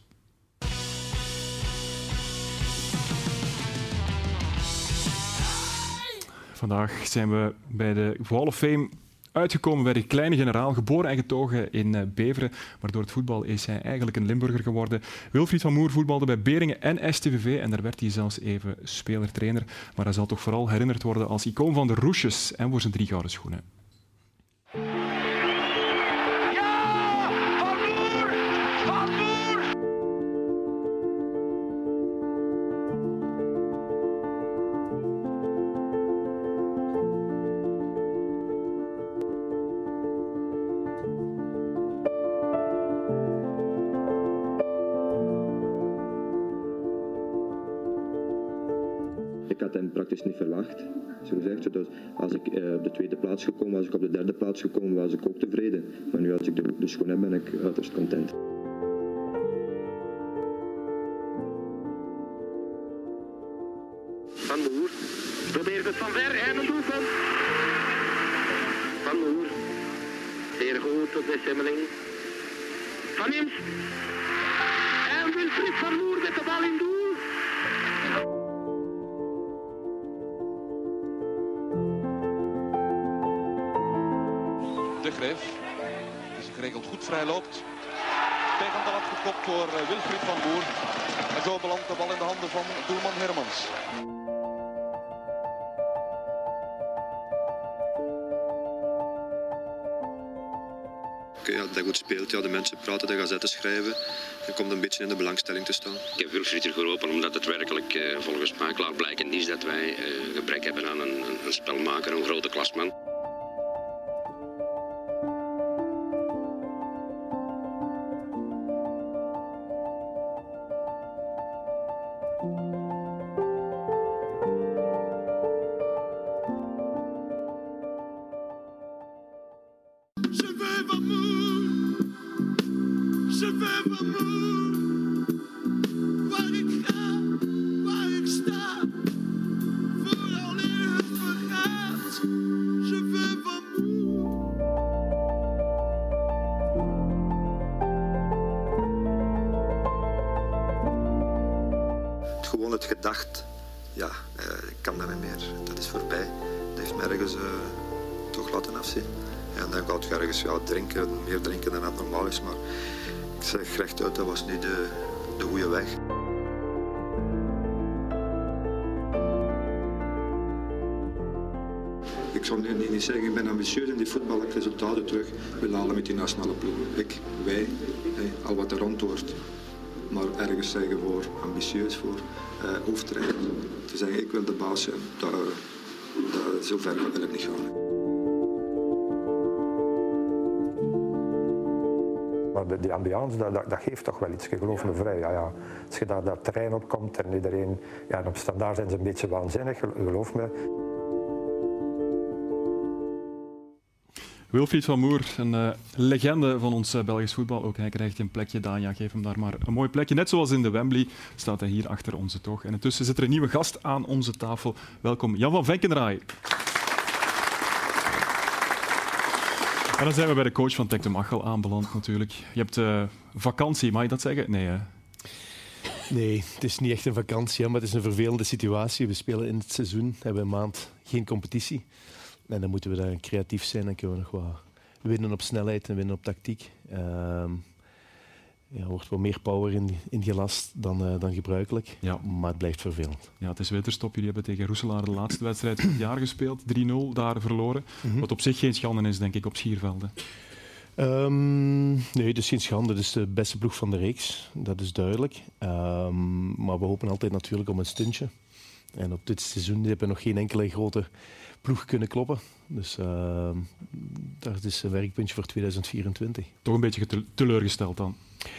S1: Vandaag zijn we bij de Hall of Fame uitgekomen bij de kleine generaal, geboren en getogen in Beveren. Maar door het voetbal is hij eigenlijk een Limburger geworden. Wilfried van Moer voetbalde bij Beringen en S T V V en daar werd hij zelfs even speler-trainer. Maar hij zal toch vooral herinnerd worden als icoon van de roesjes en voor zijn drie gouden schoenen.
S13: Ik had hem praktisch niet verwacht. Zo gezegd, dus als ik uh, op de tweede plaats gekomen was, ik op de derde plaats gekomen, was ik ook tevreden. Maar nu als ik de, de schoen heb, ben ik uiterst content.
S14: Van Moer probeert het van ver en een doelpunt. Van Moer, zeer goed op de Semmeling. Van Imst. En Wilfried van Moer met de bal in doel.
S15: De Greef, die zich geregeld goed vrij loopt. Tegen de lat gekopt door Wilfried van Moer. En zo belandt de bal in de handen van doelman Hermans.
S16: Okay, ja, dat hij goed speelt, ja, de mensen praten, de gazetten schrijven. Dan komt een beetje in de belangstelling te staan.
S17: Ik heb Wilfried er geroepen omdat het werkelijk uh, volgens mij klaarblijkend is dat wij uh, gebrek hebben aan een, een, een spelmaker, een grote klasman.
S18: l'amour, je veux l'amour. Waar ik ga, waar ik sta, vooral in het vergaat, je veux l'amour.
S16: Gewoon het gedacht, ja, ik kan dat niet meer. Dat is voorbij. Dat heeft mij ergens uh, toch laten afzien. En dan gaat je ergens ja, drinken, meer drinken dan dat normaal is. Maar ik zeg rechtuit, dat was niet de, de goede weg. Ik zou niet, niet zeggen, ik ben ambitieus in die voetbal, ik resultaten terug wil halen met die nationale ploeg. Ik, wij, hey, al wat er rond hoort. Maar ergens zeggen voor ambitieus, voor uh, hoofdtrainer. Te zeggen, ik wil de baas zijn, dat, dat, zo ver wil ik niet gaan.
S19: Maar de, die ambiance, dat, dat, dat geeft toch wel iets, geloof me vrij. Ja, ja. Als je daar dat trein op komt en iedereen... Ja, op standaard zijn ze een beetje waanzinnig, geloof me.
S1: Wilfried van Moer, een uh, legende van ons uh, Belgisch voetbal. Ook hij krijgt een plekje. Danja, geef hem daar maar een mooi plekje. Net zoals in de Wembley staat hij hier achter onze toog. En intussen zit er een nieuwe gast aan onze tafel. Welkom, Jan van Venkenraay. En dan zijn we bij de coach van Tectum Achel aanbeland natuurlijk. Je hebt uh, vakantie, mag je dat zeggen? Nee, hè?
S20: Nee, het is niet echt een vakantie, maar het is een vervelende situatie. We spelen in het seizoen, hebben een maand geen competitie. En dan moeten we dan creatief zijn en kunnen we nog wat winnen op snelheid en winnen op tactiek. Uh, ja, er wordt wel meer power in, in gelast dan, uh, dan gebruikelijk, ja. Maar het blijft vervelend.
S1: Ja, het is winterstop. Jullie hebben tegen Roeselaar de laatste wedstrijd van het jaar gespeeld. drie nul, daar verloren. Mm-hmm. Wat op zich geen schande is, denk ik, op Schiervelden.
S20: Um, nee, het is geen schande. Het is de beste ploeg van de reeks. Dat is duidelijk. Um, maar we hopen altijd natuurlijk om een stuntje. En op dit seizoen hebben we nog geen enkele grote ploeg kunnen kloppen. Dus uh, dat is een werkpuntje voor tweeduizend vierentwintig.
S1: Toch een beetje teleurgesteld dan?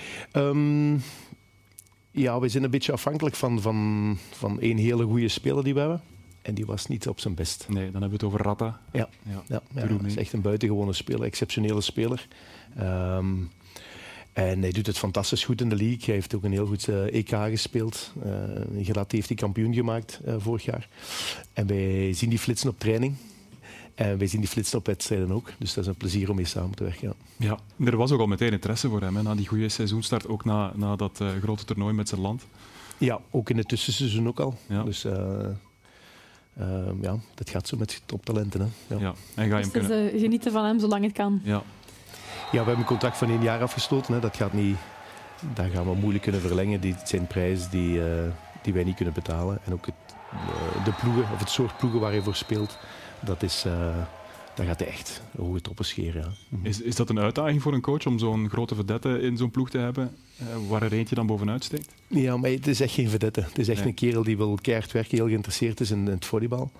S20: Um, ja, we zijn een beetje afhankelijk van, van, van één hele goede speler die we hebben. En die was niet op zijn best.
S1: Nee, dan hebben we het over Ratta.
S20: Ja, ja, ja, ja dat is echt een buitengewone speler, exceptionele speler. Um, En hij doet het fantastisch goed in de league. Hij heeft ook een heel goed uh, E K gespeeld. Uh, Gerard heeft die kampioen gemaakt uh, vorig jaar. En wij zien die flitsen op training. En wij zien die flitsen op wedstrijden ook. Dus dat is een plezier om mee samen te werken. Ja,
S1: ja er was ook al meteen interesse voor hem. Hè, na die goede seizoenstart, ook na, na dat uh, grote toernooi met zijn land.
S20: Ja, ook in het tussenseizoen ook al. Ja. Dus uh, uh, ja, dat gaat zo met toptalenten. Hè. Ja.
S1: Ja. En ga je hem
S5: dus
S1: kunnen...
S5: uh, genieten van hem zolang het kan.
S1: Ja.
S20: Ja, we hebben een contract van één jaar afgesloten. Hè. Dat gaat niet, dat gaan we moeilijk kunnen verlengen. Die, het zijn prijzen die, uh, die wij niet kunnen betalen. En ook het, uh, de ploegen, of het soort ploegen waar hij voor speelt, dat is, uh, daar gaat hij echt hoge toppen scheren. Ja. Mm-hmm.
S1: Is, is dat een uitdaging voor een coach om zo'n grote vedette in zo'n ploeg te hebben, uh, waar er eentje dan bovenuit steekt?
S20: Ja, maar het is echt geen vedette. Het is echt nee. een kerel die wil keihard werken, heel geïnteresseerd is in, in het volleybal.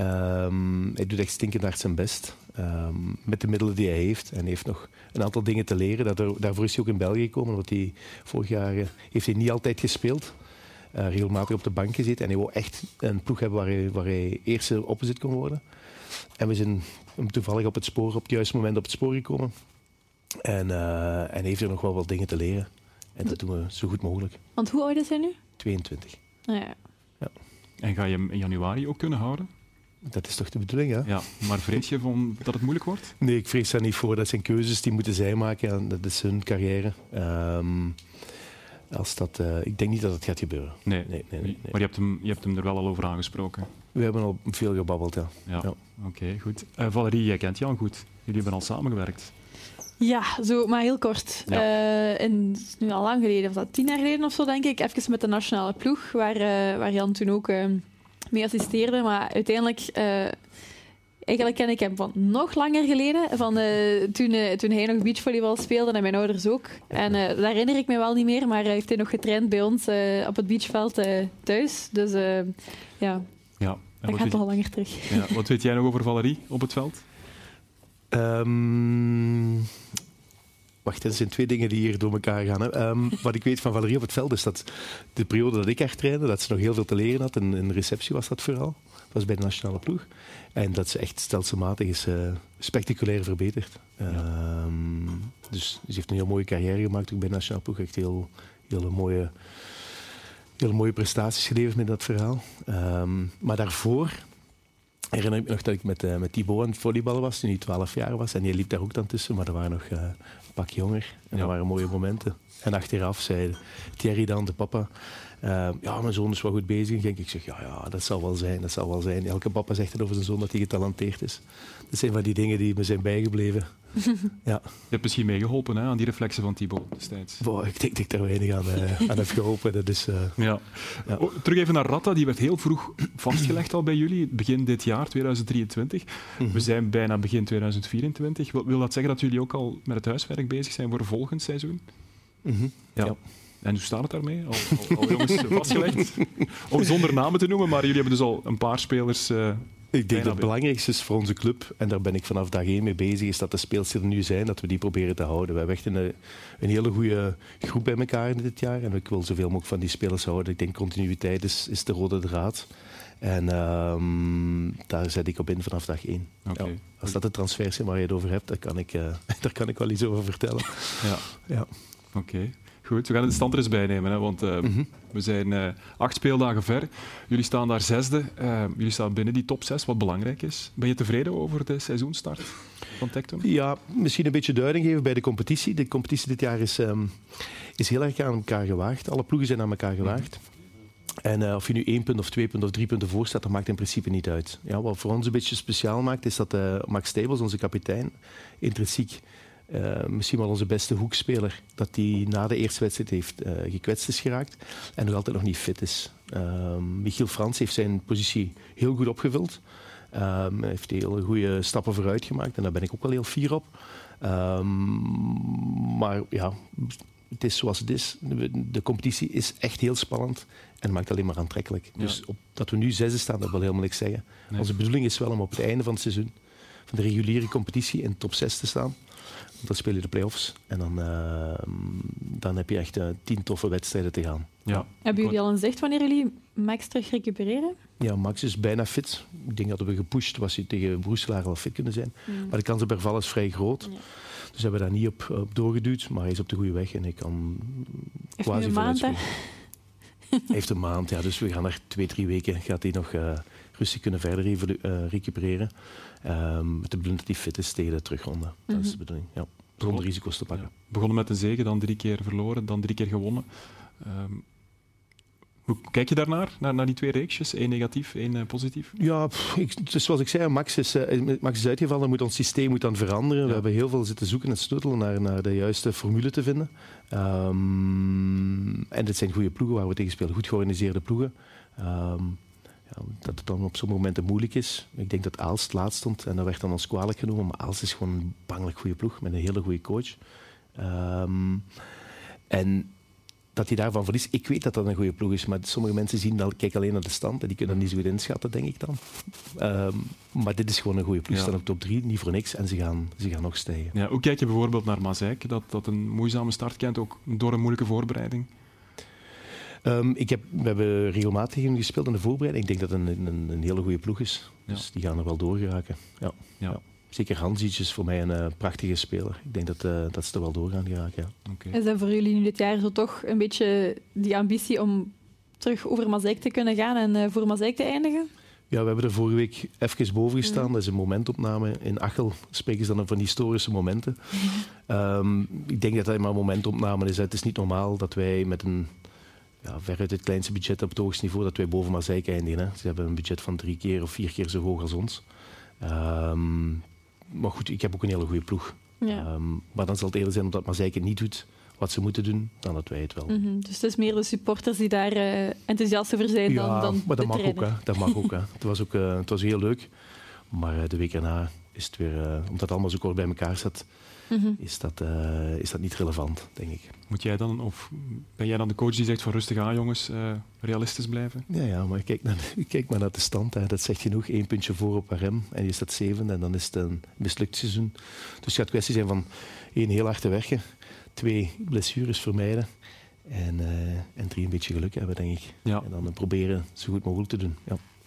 S20: Um, hij doet echt stinkend hard zijn best. Um, met de middelen die hij heeft. En hij heeft nog een aantal dingen te leren. Daardoor, daarvoor is hij ook in België gekomen. Want hij, vorig jaar uh, heeft hij niet altijd gespeeld. Uh, regelmatig op de bank gezeten. En hij wou echt een ploeg hebben waar hij, waar hij eerste opposite kon worden. En we zijn hem toevallig op het spoor, op het juiste moment op het spoor gekomen. En, uh, en hij heeft er nog wel wat dingen te leren. En dat doen we zo goed mogelijk.
S5: Want hoe oud is hij nu?
S20: tweeëntwintig.
S5: Ah, ja.
S20: Ja.
S1: En ga je hem in januari ook kunnen houden?
S20: Dat is toch de bedoeling, hè?
S1: Ja, maar vrees je van dat het moeilijk wordt?
S20: Nee, ik vrees daar niet voor. Dat zijn keuzes die moeten zij maken. En dat is hun carrière. Um, als dat, uh, ik denk niet dat het gaat gebeuren.
S1: Nee, nee, nee, nee, nee. Maar je hebt, hem, je hebt hem er wel al over aangesproken.
S20: We hebben al veel gebabbeld, ja.
S1: Ja,
S20: ja.
S1: Oké, okay, goed. Uh, Valerie, jij kent Jan goed. Jullie hebben al samengewerkt.
S5: Ja, zo, maar heel kort. Ja. Uh, en het is nu al lang geleden, of dat tien jaar geleden of zo, denk ik. Even met de nationale ploeg, waar, uh, waar Jan toen ook uh, mee assisteerde. Maar uiteindelijk... Uh, Eigenlijk ken ik hem van nog langer geleden, van, uh, toen, uh, toen hij nog beachvolleybal speelde en mijn ouders ook. En uh, dat herinner ik me wel niet meer, maar hij heeft hij nog getraind bij ons uh, op het beachveld uh, thuis. Dus uh, ja,
S1: ja.
S5: dat gaat nog langer terug.
S1: Ja. Wat weet jij nog over Valerie op het veld?
S20: Um, wacht, er zijn twee dingen die hier door elkaar gaan. Hè. Um, wat ik weet van Valerie op het veld is dat de periode dat ik haar trainde, dat ze nog heel veel te leren had. In, in receptie was dat vooral. Dat was bij de nationale ploeg. En dat is echt stelselmatig is, uh, spectaculair verbeterd. Ja. Um, dus ze heeft een heel mooie carrière gemaakt ook bij de nationale ploeg. Echt heel, heel mooie, heel mooie prestaties geleverd met dat verhaal. Um, maar daarvoor herinner ik me nog dat ik met, uh, met Thibaut aan het volleyballen was, toen hij twaalf jaar was. En die liep daar ook dan tussen, maar dat waren nog uh, een pak jonger. En ja. dat waren mooie momenten. En achteraf zei Thierry dan, de papa, uh, ja, mijn zoon is wel goed bezig. En ik zeg, ja, ja, dat zal wel zijn, dat zal wel zijn. Elke papa zegt het over zijn zoon dat hij getalenteerd is. Dat zijn van die dingen die me zijn bijgebleven. Ja.
S1: Je hebt misschien meegeholpen hè, aan die reflexen van Thibaut destijds.
S20: Boah, ik denk dat ik daar weinig aan, uh, aan heb geholpen. Dat is, uh,
S1: ja. Ja. Oh, terug even naar Ratta, die werd heel vroeg vastgelegd al bij jullie, begin dit jaar, tweeduizend drieëntwintig. Mm-hmm. We zijn bijna begin tweeduizend vierentwintig. Wil, wil dat zeggen dat jullie ook al met het huiswerk bezig zijn voor volgend seizoen?
S20: Mm-hmm. Ja.
S1: Ja. En hoe staat het daarmee? Al, al, al jongens vastgelegd? Om zonder namen te noemen, maar jullie hebben dus al een paar spelers... Uh,
S20: Ik denk dat het belangrijkste is voor onze club, en daar ben ik vanaf dag één mee bezig, is dat de speelsters er nu zijn, dat we die proberen te houden. We hebben echt een, een hele goede groep bij elkaar dit jaar en ik wil zoveel mogelijk van die spelers houden. Ik denk continuïteit is, is de rode draad. En um, daar zet ik op in vanaf dag één. Okay. Ja, als dat de transfers zijn waar je het over hebt, daar kan ik, uh, daar kan ik wel iets over vertellen.
S1: Ja.
S20: Ja.
S1: Oké. Okay. Goed, we gaan de stand er eens bij nemen, hè, want uh, mm-hmm. we zijn uh, acht speeldagen ver. Jullie staan daar zesde. Uh, jullie staan binnen die top zes, wat belangrijk is. Ben je tevreden over de seizoenstart van Tectum?
S20: Ja, misschien een beetje duiding geven bij de competitie. De competitie dit jaar is, um, is heel erg aan elkaar gewaagd. Alle ploegen zijn aan elkaar gewaagd. Mm-hmm. En uh, of je nu één punt of twee punten of drie punten voor staat, dat maakt in principe niet uit. Ja, wat voor ons een beetje speciaal maakt, is dat uh, Max Stijbels, onze kapitein, intrinsiek Uh, misschien wel onze beste hoekspeler, dat hij na de eerste wedstrijd heeft uh, gekwetst is geraakt en nog altijd nog niet fit is. Uh, Michiel Frans heeft zijn positie heel goed opgevuld. Uh, hij heeft hele goede stappen vooruit gemaakt en daar ben ik ook wel heel fier op. Uh, maar ja, het is zoals het is. De, de competitie is echt heel spannend en maakt alleen maar aantrekkelijk. Ja. Dus op, dat we nu zesde staan, dat wil helemaal niks zeggen. Nee. Onze bedoeling is wel om op het einde van het seizoen, van de reguliere competitie, in top zes te staan. Dan speel je de play-offs en dan, uh, dan heb je echt uh, tien toffe wedstrijden te gaan.
S5: Ja. Hebben jullie al gezegd wanneer jullie Max terug recupereren?
S20: Ja, Max is bijna fit. Ik denk dat we gepusht was hij tegen Roeselaar al fit kunnen zijn. Mm. Maar de kans op herval is vrij groot. Ja. Dus hebben we daar niet op, op doorgeduwd, maar hij is op de goede weg en ik kan
S5: Heeft quasi vooruit
S20: spelen. Hij heeft een maand, ja, dus we gaan er twee, drie weken gaat hij nog uh, rustig kunnen verder even, uh, recupereren. Um, met de bedoeling dat hij fit is tegen de terugronde. Mm-hmm. Dat is de bedoeling, ja. Zonder risico's te pakken.
S1: Ja. Begonnen met een zege, dan drie keer verloren, dan drie keer gewonnen. Um, hoe kijk je daarnaar, naar, naar die twee reeksjes? Eén negatief, één uh, positief?
S20: Ja, pff, ik, dus zoals ik zei, Max is, uh, Max is uitgevallen, moet ons systeem moet dan veranderen. Ja. We hebben heel veel zitten zoeken en sleutelen naar, naar de juiste formule te vinden. Um, en dit zijn goede ploegen waar we tegen spelen, goed georganiseerde ploegen. Um, Ja, dat het dan op sommige momenten moeilijk is. Ik denk dat Aalst laatst stond en dat werd dan ons kwalijk genomen. Maar Aalst is gewoon een bangelijk goede ploeg met een hele goede coach. Um, en dat hij daarvan verliest, ik weet dat dat een goede ploeg is, maar sommige mensen zien dat, kijken alleen naar de stand en die kunnen dat niet zo goed inschatten, denk ik dan. Um, maar dit is gewoon een goede ploeg. Ze ja. staan op top drie, niet voor niks en ze gaan, ze gaan nog stijgen.
S1: Ja, hoe kijk je bijvoorbeeld naar Mazijk, dat, dat een moeizame start kent, ook door een moeilijke voorbereiding?
S20: Um, ik heb, we hebben regelmatig tegen hem gespeeld in de voorbereiding. Ik denk dat het een, een, een hele goede ploeg is. Dus ja. die gaan er wel door geraken. Ja. Ja. Ja. Zeker Hansic is voor mij een uh, prachtige speler. Ik denk dat, uh, dat ze er wel door gaan geraken. Ja.
S5: Okay. Is dat voor jullie nu dit jaar zo toch een beetje die ambitie om terug over Mazijk te kunnen gaan en uh, voor Mazijk te eindigen?
S20: Ja, we hebben er vorige week even boven gestaan. Mm. Dat is een momentopname. In Achel spreken ze dan van historische momenten. Mm. Um, ik denk dat dat maar een momentopname is. Het is niet normaal dat wij met een... Ja, veruit het kleinste budget op het hoogste niveau dat wij boven Mazijk eindigen. Hè. Ze hebben een budget van drie keer of vier keer zo hoog als ons. Um, maar goed, ik heb ook een hele goede ploeg. Ja. Um, maar dan zal het eerder zijn omdat Mazijk het niet doet wat ze moeten doen, dan dat wij het wel.
S5: Mm-hmm. Dus het is meer de supporters die daar uh, enthousiast over zijn
S20: ja,
S5: dan, dan
S20: maar dat
S5: de
S20: mag
S5: trainer.
S20: ook, hè. Dat mag ook. Hè. Het was ook uh, het was heel leuk. Maar uh, de week erna is het weer, uh, omdat het allemaal zo kort bij elkaar zat, mm-hmm. is, dat, uh, is dat niet relevant, denk ik.
S1: Moet jij dan, of ben jij dan de coach die zegt van rustig aan jongens, uh, realistisch blijven?
S20: Ja, ja, maar kijk, naar, kijk maar naar de stand. Hè. Dat zegt genoeg. Eén puntje voor op R M en je staat zevende en dan is het een mislukt seizoen. Dus het gaat kwestie zijn van één, heel hard te werken. Twee, blessures vermijden. En, uh, en drie, een beetje geluk hebben, denk ik. Ja. En dan uh, proberen zo goed mogelijk te doen. Ja.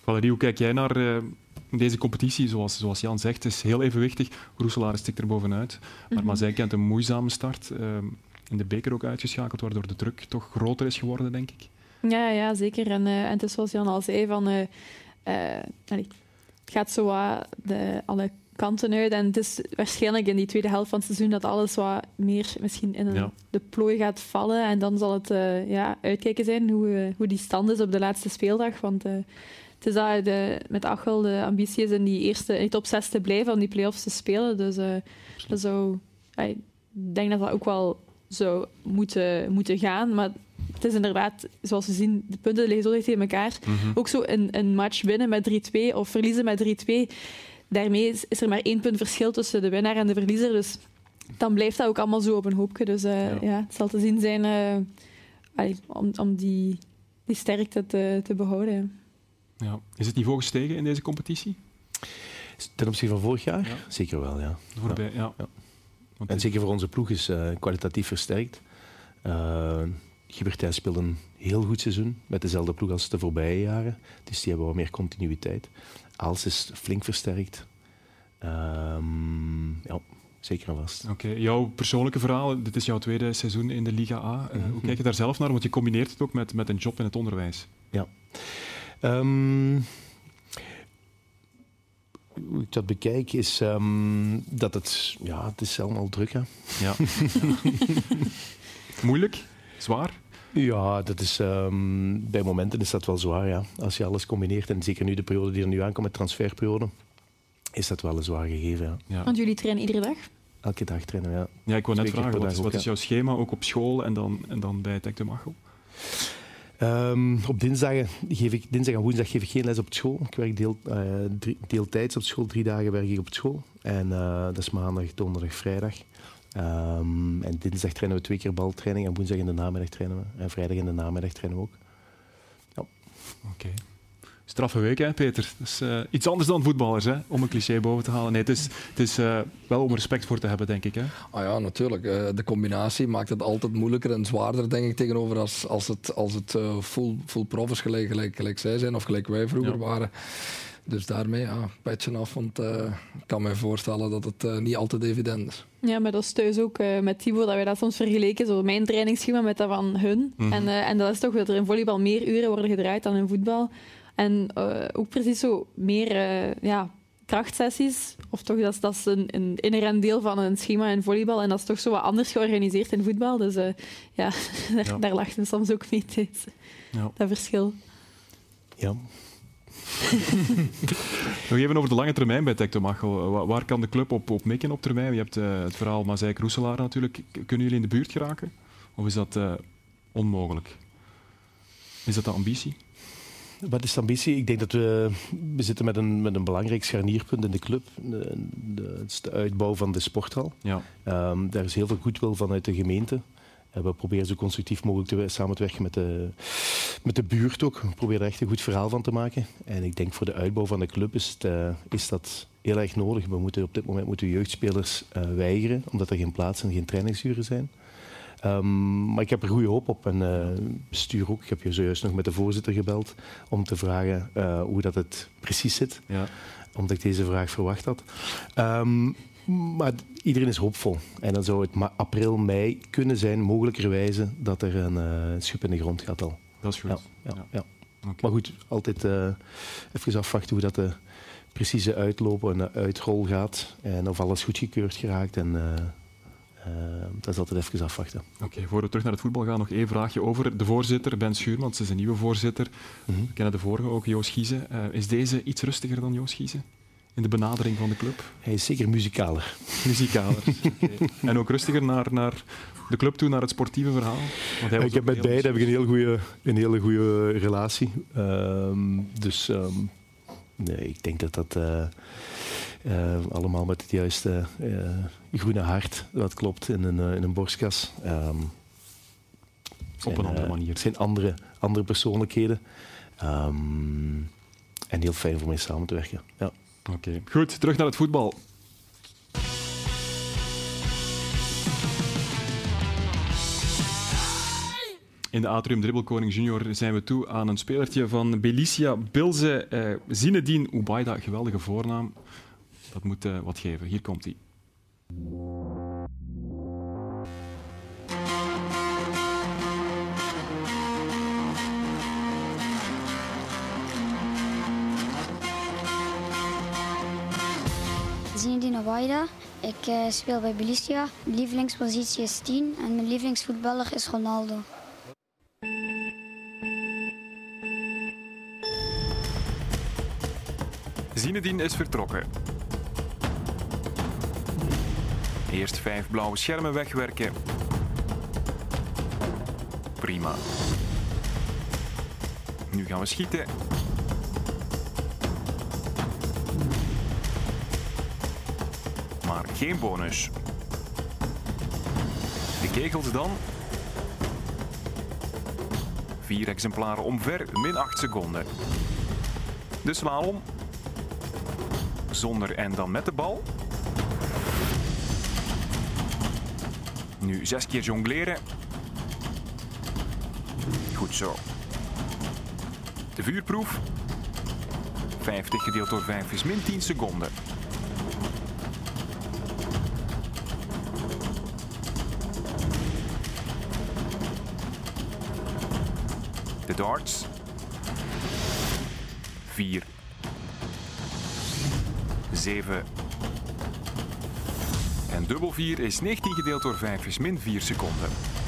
S1: Valerie, hoe kijk jij naar uh, deze competitie? Zoals, zoals Jan zegt, het is heel evenwichtig. Roeselare stikt er bovenuit. Maar
S5: Mm-hmm.
S1: Mazij kent een moeizame start. Uh, in de beker ook uitgeschakeld, waardoor de druk toch groter is geworden, denk ik.
S5: Ja, ja zeker. En, uh, en het is zoals Jan al zei, van, uh, uh, allee, het gaat zo wat de, alle kanten uit. En het is waarschijnlijk in die tweede helft van het seizoen dat alles wat meer misschien in een,
S1: Ja.
S5: de plooi gaat vallen. En dan zal het uh, ja, uitkijken zijn hoe, uh, hoe die stand is op de laatste speeldag. Want uh, het is dat de, met Achel de ambitie is in die eerste, in die top zes te blijven, om die play-offs te spelen. Dus uh, dat zou, uh, ik denk dat dat ook wel zou moeten, moeten gaan. Maar het is inderdaad, zoals we zien, de punten liggen zo dicht tegen elkaar.
S1: Mm-hmm.
S5: Ook zo een, een match winnen met drie twee of verliezen met drie twee. Daarmee is, is er maar één punt verschil tussen de winnaar en de verliezer. Dus dan blijft dat ook allemaal zo op een hoopje. Dus uh, ja. Ja, het zal te zien zijn uh, allee, om, om die, die sterkte te, te behouden. Ja.
S1: Ja. Is het niveau gestegen in deze competitie?
S20: Ten opzichte van vorig jaar?
S1: Ja.
S20: Zeker wel, ja.
S1: Voorbij, ja.
S20: Ja. Ja. En zeker voor onze ploeg is uh, kwalitatief versterkt. Uh, Gibertijn speelde een heel goed seizoen met dezelfde ploeg als de voorbije jaren. Dus die hebben wat meer continuïteit. Aals is flink versterkt. Um, ja, zeker en vast.
S1: Oké, okay. Jouw persoonlijke verhaal, dit is jouw tweede seizoen in de Liga A. Uh, mm-hmm. Hoe kijk je daar zelf naar? Want je combineert het ook met, met een job in het onderwijs.
S20: Ja. Um, hoe ik dat bekijk is um, dat het... Ja, het is allemaal druk, hè.
S1: Ja. Moeilijk? Zwaar?
S20: Ja, dat is, um, bij momenten is dat wel zwaar, ja. Als je alles combineert, en zeker nu de periode die er nu aankomt, met transferperiode, is dat wel een zwaar gegeven, ja.
S1: Ja.
S5: Want jullie trainen iedere dag?
S20: Elke dag trainen, ja.
S1: Ja, ik wou net
S20: Twee
S1: vragen, wat, is,
S20: ook,
S1: wat
S20: ja.
S1: is jouw schema, ook op school en dan, en dan bij Tectum Achel?
S20: Um, op dinsdagen geef ik, dinsdag en woensdag geef ik geen les op school. Ik werk deel, uh, drie, deeltijds op school, drie dagen werk ik op school. En uh, dat is maandag, donderdag, vrijdag. Um, en dinsdag trainen we twee keer baltraining en woensdag in de namiddag trainen we. En vrijdag in de namiddag trainen we ook. Ja.
S1: Oké. Okay. Straffe week, hè, Peter? Dat is uh, iets anders dan voetballers, hè? Om een cliché boven te halen. Nee, het is, het is uh, wel om respect voor te hebben, denk ik. Hè?
S4: Ah ja, natuurlijk. Uh, de combinatie maakt het altijd moeilijker en zwaarder, denk ik, tegenover als, als het, als het uh, full, full profs gelijk, gelijk, gelijk zij zijn of gelijk wij vroeger ja. waren. Dus daarmee, ja, petje af, want uh, ik kan me voorstellen dat het uh, niet altijd evident is.
S5: Ja, maar dat is thuis ook uh, met Thibaut, dat wij dat soms vergeleken, zo mijn trainingsschema met dat van hun. Mm-hmm. En, uh, en dat is toch dat er in volleybal meer uren worden gedraaid dan in voetbal. En uh, ook precies zo meer uh, ja, krachtsessies. Of toch, dat is, dat is een, een inherent deel van een schema in volleybal. En dat is toch zo wat anders georganiseerd in voetbal. Dus uh, ja, daar, ja. daar lachten we soms ook mee tijdens ja. dat verschil.
S20: Ja.
S1: Nog even over de lange termijn bij Tectum Achel. Waar kan de club op, op mikken op termijn? Je hebt uh, het verhaal Mazijk-Roeselaar natuurlijk. Kunnen jullie in de buurt geraken? Of is dat uh, onmogelijk? Is dat de ambitie?
S20: Wat is de ambitie? Ik denk dat we, we zitten met een, met een belangrijk scharnierpunt in de club. De, de, het is de uitbouw van de sporthal.
S1: Ja.
S20: Um, daar is heel veel goedwil vanuit de gemeente. Uh, we proberen zo constructief mogelijk te, samen te werken met de, met de buurt ook. We proberen er echt een goed verhaal van te maken. En ik denk voor de uitbouw van de club is, het, uh, is dat heel erg nodig. We moeten, op dit moment moeten we jeugdspelers uh, weigeren, omdat er geen plaats en geen trainingsuren zijn. Um, maar ik heb er goede hoop op en uh, bestuur ook. Ik heb hier zojuist nog met de voorzitter gebeld om te vragen uh, hoe dat het precies zit.
S1: Ja.
S20: Omdat ik deze vraag verwacht had. Um, maar iedereen is hoopvol. En dan zou het ma- april, mei kunnen zijn, mogelijkerwijze, dat er een uh, schub in de grond gaat al.
S1: Dat is goed.
S20: Ja, ja, ja. Ja.
S1: Okay.
S20: Maar goed, altijd uh, even afwachten hoe dat de precieze uitlopen en de uitrol gaat. En of alles goedgekeurd geraakt. En, uh, Uh, dat is altijd even afwachten.
S1: Oké, okay, voor we terug naar het voetbal gaan, nog één vraagje over de voorzitter, Ben Schuurmans. Is een nieuwe voorzitter. Mm-hmm. We kennen de vorige ook, Joost Giese. Uh, is deze iets rustiger dan Joost Giese in de benadering van de club?
S20: Hij is zeker muzikaler.
S1: Muzikaler, okay. En ook rustiger naar, naar de club toe, naar het sportieve verhaal? Want hij
S20: ik heb met beide heb ik een, heel goeie, een hele goede relatie. Um, dus um, nee, ik denk dat dat... Uh, Uh, allemaal met het juiste uh, groene hart, dat klopt, in een, uh, in een borstkas. Um,
S1: Op een andere manier.
S20: Het zijn andere, andere persoonlijkheden. Um, en heel fijn voor mij samen te werken. Ja.
S1: Oké, okay. Goed, terug naar het voetbal. In de Atrium Dribbelkoning Junior zijn we toe aan een spelertje van Belicia Bilze. Uh, Zinedine Ubaida, geweldige voornaam. Dat moet uh, wat geven. Hier komt hij.
S21: Zinedine Ubaida. Ik uh, speel bij Belicia. Mijn lievelingspositie is tien en mijn lievelingsvoetballer is Ronaldo.
S1: Zinedine is vertrokken. Eerst vijf blauwe schermen wegwerken. Prima. Nu gaan we schieten. Maar geen bonus. De kegels dan. Vier exemplaren omver, min acht seconden. De slalom. Zonder en dan met de bal. Nu zes keer jongleren. Goed zo. De vuurproef. vijftig gedeeld door vijf is min tien seconden. De darts. vier. zeven. En dubbel vier is negentien gedeeld door vijf is min vier seconden.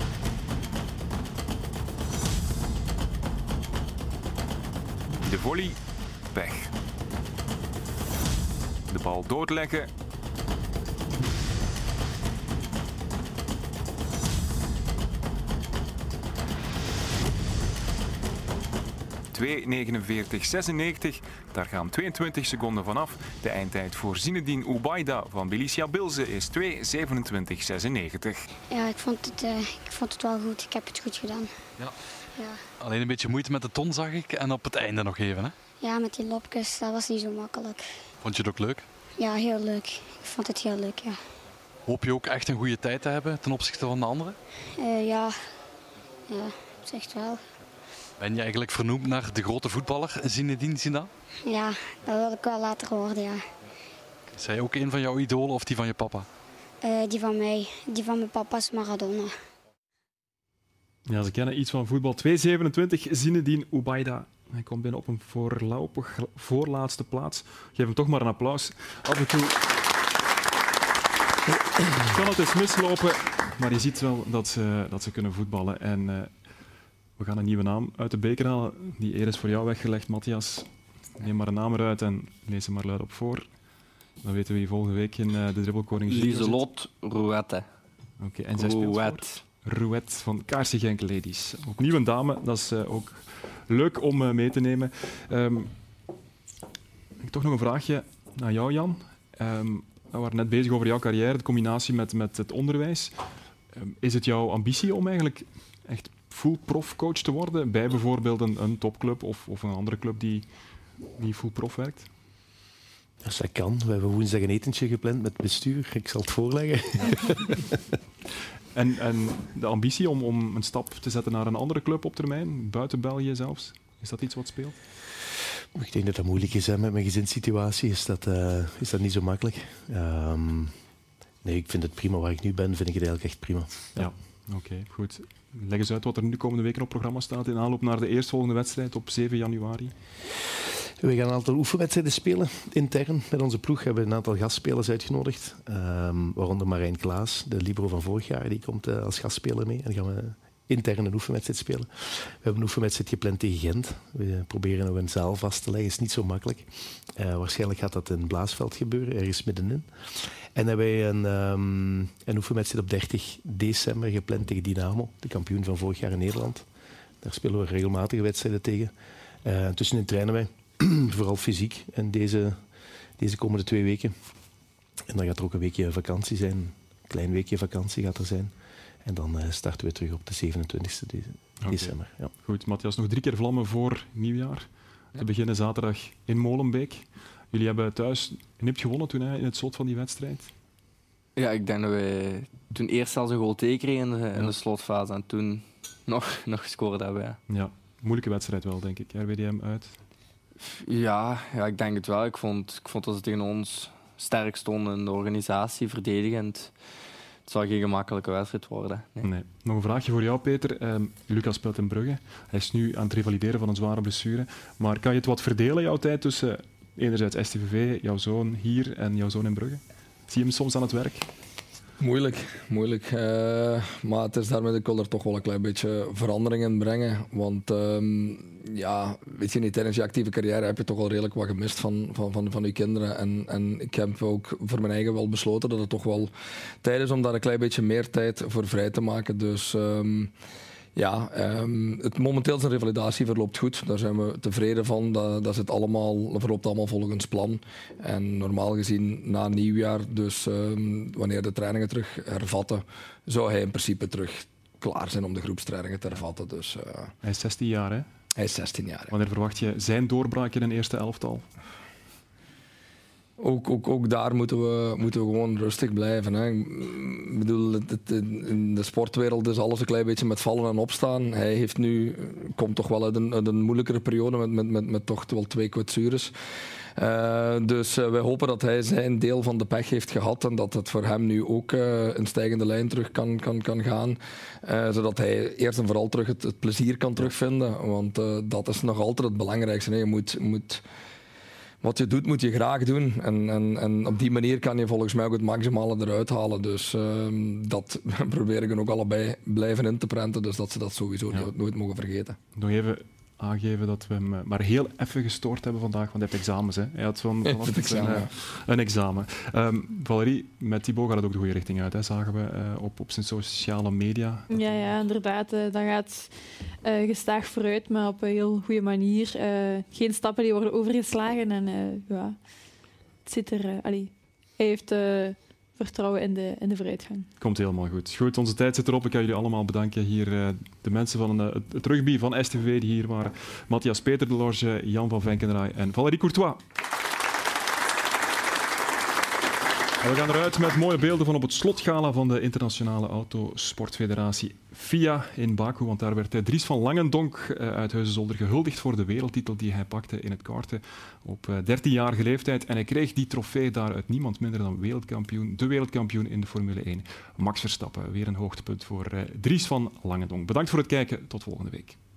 S1: De volley. Pech. De bal doorleggen. twee negenenveertig zesennegentig. Daar gaan tweeëntwintig seconden vanaf. De eindtijd voor Zinedine Ubaida van Belicia Bilze is twee zevenentwintig zesennegentig.
S21: Ja, ik vond, het, uh, ik vond het wel goed. Ik heb het goed gedaan.
S10: Ja.
S21: Ja.
S10: Alleen een beetje moeite met de ton zag ik en op het einde nog even. Hè?
S21: Ja, met die lopjes, dat was niet zo makkelijk.
S10: Vond je het ook leuk?
S21: Ja, heel leuk. Ik vond het heel leuk, ja.
S10: Hoop je ook echt een goede tijd te hebben ten opzichte van de anderen?
S21: Uh, ja. Ja, zegt wel.
S10: Ben je eigenlijk vernoemd naar de grote voetballer Zinedine Zidane?
S21: Ja, dat wil ik wel later worden, ja.
S10: Is hij ook een van jouw idolen of die van je papa?
S21: Uh, die van mij. Die van mijn papa is Maradona.
S1: Ja, ze kennen iets van voetbal. twee zevenentwintig, Zinedine Ubaida. Hij komt binnen op een voorlopig voorlaatste plaats. Geef hem toch maar een applaus. Af en toe kan het eens mislopen, maar je ziet wel dat ze, dat ze kunnen voetballen. En uh, we gaan een nieuwe naam uit de beker halen. Die eer is voor jou weggelegd, Matthias. Neem maar een naam eruit en lees hem maar luid op voor. Dan weten we wie volgende week in uh, de Dribbelkoning zit.
S3: Lieselot Rouette.
S1: Oké, okay, en zij speelt voor Rouette van K C Genk Ladies. Opnieuw een dame, dat is uh, ook leuk om uh, mee te nemen. Um, ik heb toch nog een vraagje aan jou, Jan. Um, we waren net bezig over jouw carrière, de combinatie met, met het onderwijs. Um, is het jouw ambitie om eigenlijk echt full prof coach te worden bij bijvoorbeeld een, een topclub of, of een andere club die, die full prof werkt?
S20: Als dat kan. We hebben woensdag een etentje gepland met het bestuur. Ik zal het voorleggen.
S1: en, en de ambitie om, om een stap te zetten naar een andere club op termijn, buiten België zelfs, is dat iets wat speelt?
S20: Ik denk dat dat moeilijk is. Hè. Met mijn gezinssituatie is dat, uh, is dat niet zo makkelijk. Um, nee, ik vind het prima waar ik nu ben. Vind ik het eigenlijk echt prima.
S1: Ja, ja oké, okay, goed. Leg eens uit wat er nu de komende weken op programma staat in aanloop naar de eerstvolgende wedstrijd op zeven januari.
S20: We gaan een aantal oefenwedstrijden spelen, intern. Met onze ploeg hebben we een aantal gastspelers uitgenodigd. Um, waaronder Marijn Klaas, de libero van vorig jaar. Die komt uh, als gastspeler mee. En dan gaan we intern een oefenwedstrijd spelen. We hebben een oefenwedstrijd gepland tegen Gent. We proberen nog een zaal vast te leggen. Dat is niet zo makkelijk. Uh, waarschijnlijk gaat dat in Blaasveld gebeuren, ergens middenin. En dan hebben we een, um, een oefenwedstrijd op dertig december gepland tegen Dynamo, de kampioen van vorig jaar in Nederland. Daar spelen we regelmatige wedstrijden tegen. Uh, tussenin trainen wij, vooral fysiek, en deze, deze komende twee weken. En dan gaat er ook een weekje vakantie zijn. Een klein weekje vakantie gaat er zijn. En dan uh, starten we terug op de zevenentwintigste december. Okay. Ja.
S1: Goed, Matthias, nog drie keer vlammen voor nieuwjaar. Ja. Te beginnen zaterdag in Molenbeek. Jullie hebben thuis nipt gewonnen toen hè, in het slot van die wedstrijd.
S3: Ja, ik denk dat wij toen eerst zelfs een goal tegenkregen in de, in de slotfase en toen nog, nog gescoord hebben. Ja.
S1: Ja, moeilijke wedstrijd wel, denk ik. R W D M uit.
S3: Ja, ja, ik denk het wel. Ik vond, ik vond dat ze tegen ons sterk stonden in de organisatie, verdedigend. Het zal geen gemakkelijke wedstrijd worden. Nee.
S1: Nee. Nog een vraagje voor jou, Peter. Um, Lucas speelt in Brugge. Hij is nu aan het revalideren van een zware blessure. Maar kan je het wat verdelen, jouw tijd, tussen enerzijds S T V V, jouw zoon hier en jouw zoon in Brugge? Zie je hem soms aan het werk?
S4: Moeilijk, moeilijk. Uh, maar het is daarmee, ik wil er toch wel een klein beetje verandering in brengen. Want um, ja, weet je niet, tijdens je actieve carrière heb je toch al redelijk wat gemist van, van, van, van je kinderen. En, en ik heb ook voor mijn eigen wel besloten dat het toch wel tijd is om daar een klein beetje meer tijd voor vrij te maken. Dus um, ja, um, het, momenteel zijn revalidatie verloopt goed. Daar zijn we tevreden van. Dat, dat, zit allemaal, dat verloopt allemaal volgens plan. En normaal gezien na nieuwjaar, dus um, wanneer de trainingen terug hervatten, zou hij in principe terug klaar zijn om de groepstrainingen te hervatten. Dus, uh,
S1: hij is zestien jaar, hè?
S4: Hij is zestien jaar. Hè?
S1: Wanneer verwacht je zijn doorbraak in een eerste elftal?
S4: Ook, ook, ook daar moeten we, moeten we gewoon rustig blijven. Hè. Ik bedoel, het, het, in de sportwereld is alles een klein beetje met vallen en opstaan. Hij heeft nu, komt toch wel uit een, uit een moeilijkere periode met, met, met, met toch wel twee kwetsures. Uh, dus uh, wij hopen dat hij zijn deel van de pech heeft gehad en dat het voor hem nu ook uh, een stijgende lijn terug kan, kan, kan gaan. Uh, zodat hij eerst en vooral terug het, het plezier kan terugvinden. Want uh, dat is nog altijd het belangrijkste. Hè. Je moet... moet Wat je doet, moet je graag doen. En, en, en op die manier kan je volgens mij ook het maximale eruit halen. Dus uh, dat probeer ik dan ook allebei blijven in te prenten. Dus dat ze dat sowieso ja. nooit, nooit mogen vergeten.
S1: Nog even aangeven dat we hem maar heel even gestoord hebben vandaag, want hij heeft examens. Hè. Hij had van, van
S4: het examen,
S1: een,
S4: ja.
S1: een examen. Um, Valerie, met Thibaut gaat het ook de goede richting uit, hè, zagen we uh, op, op zijn sociale media.
S5: Ja, ja inderdaad. Uh, dat gaat uh, gestaag vooruit, maar op een heel goede manier. Uh, geen stappen die worden overgeslagen. En uh, ja, het zit er... Uh, allee, hij heeft... Uh, vertrouwen in de, in de vooruitgang.
S1: Komt helemaal goed. Goed, onze tijd zit erop. Ik kan jullie allemaal bedanken. Hier uh, de mensen van uh, het rugby van S T V V die hier waren. Matthias Peter de Lorge, Jan van Venkenraay en Valérie Courtois. En we gaan eruit met mooie beelden van op het slotgala van de Internationale Autosportfederatie F I A in Baku. Want daar werd Dries van Langendonk uit Huizenzolder gehuldigd voor de wereldtitel die hij pakte in het karten op dertienjarige leeftijd. En hij kreeg die trofee daar uit niemand minder dan wereldkampioen, de wereldkampioen in de Formule één, Max Verstappen. Weer een hoogtepunt voor Dries van Langendonk. Bedankt voor het kijken. Tot volgende week.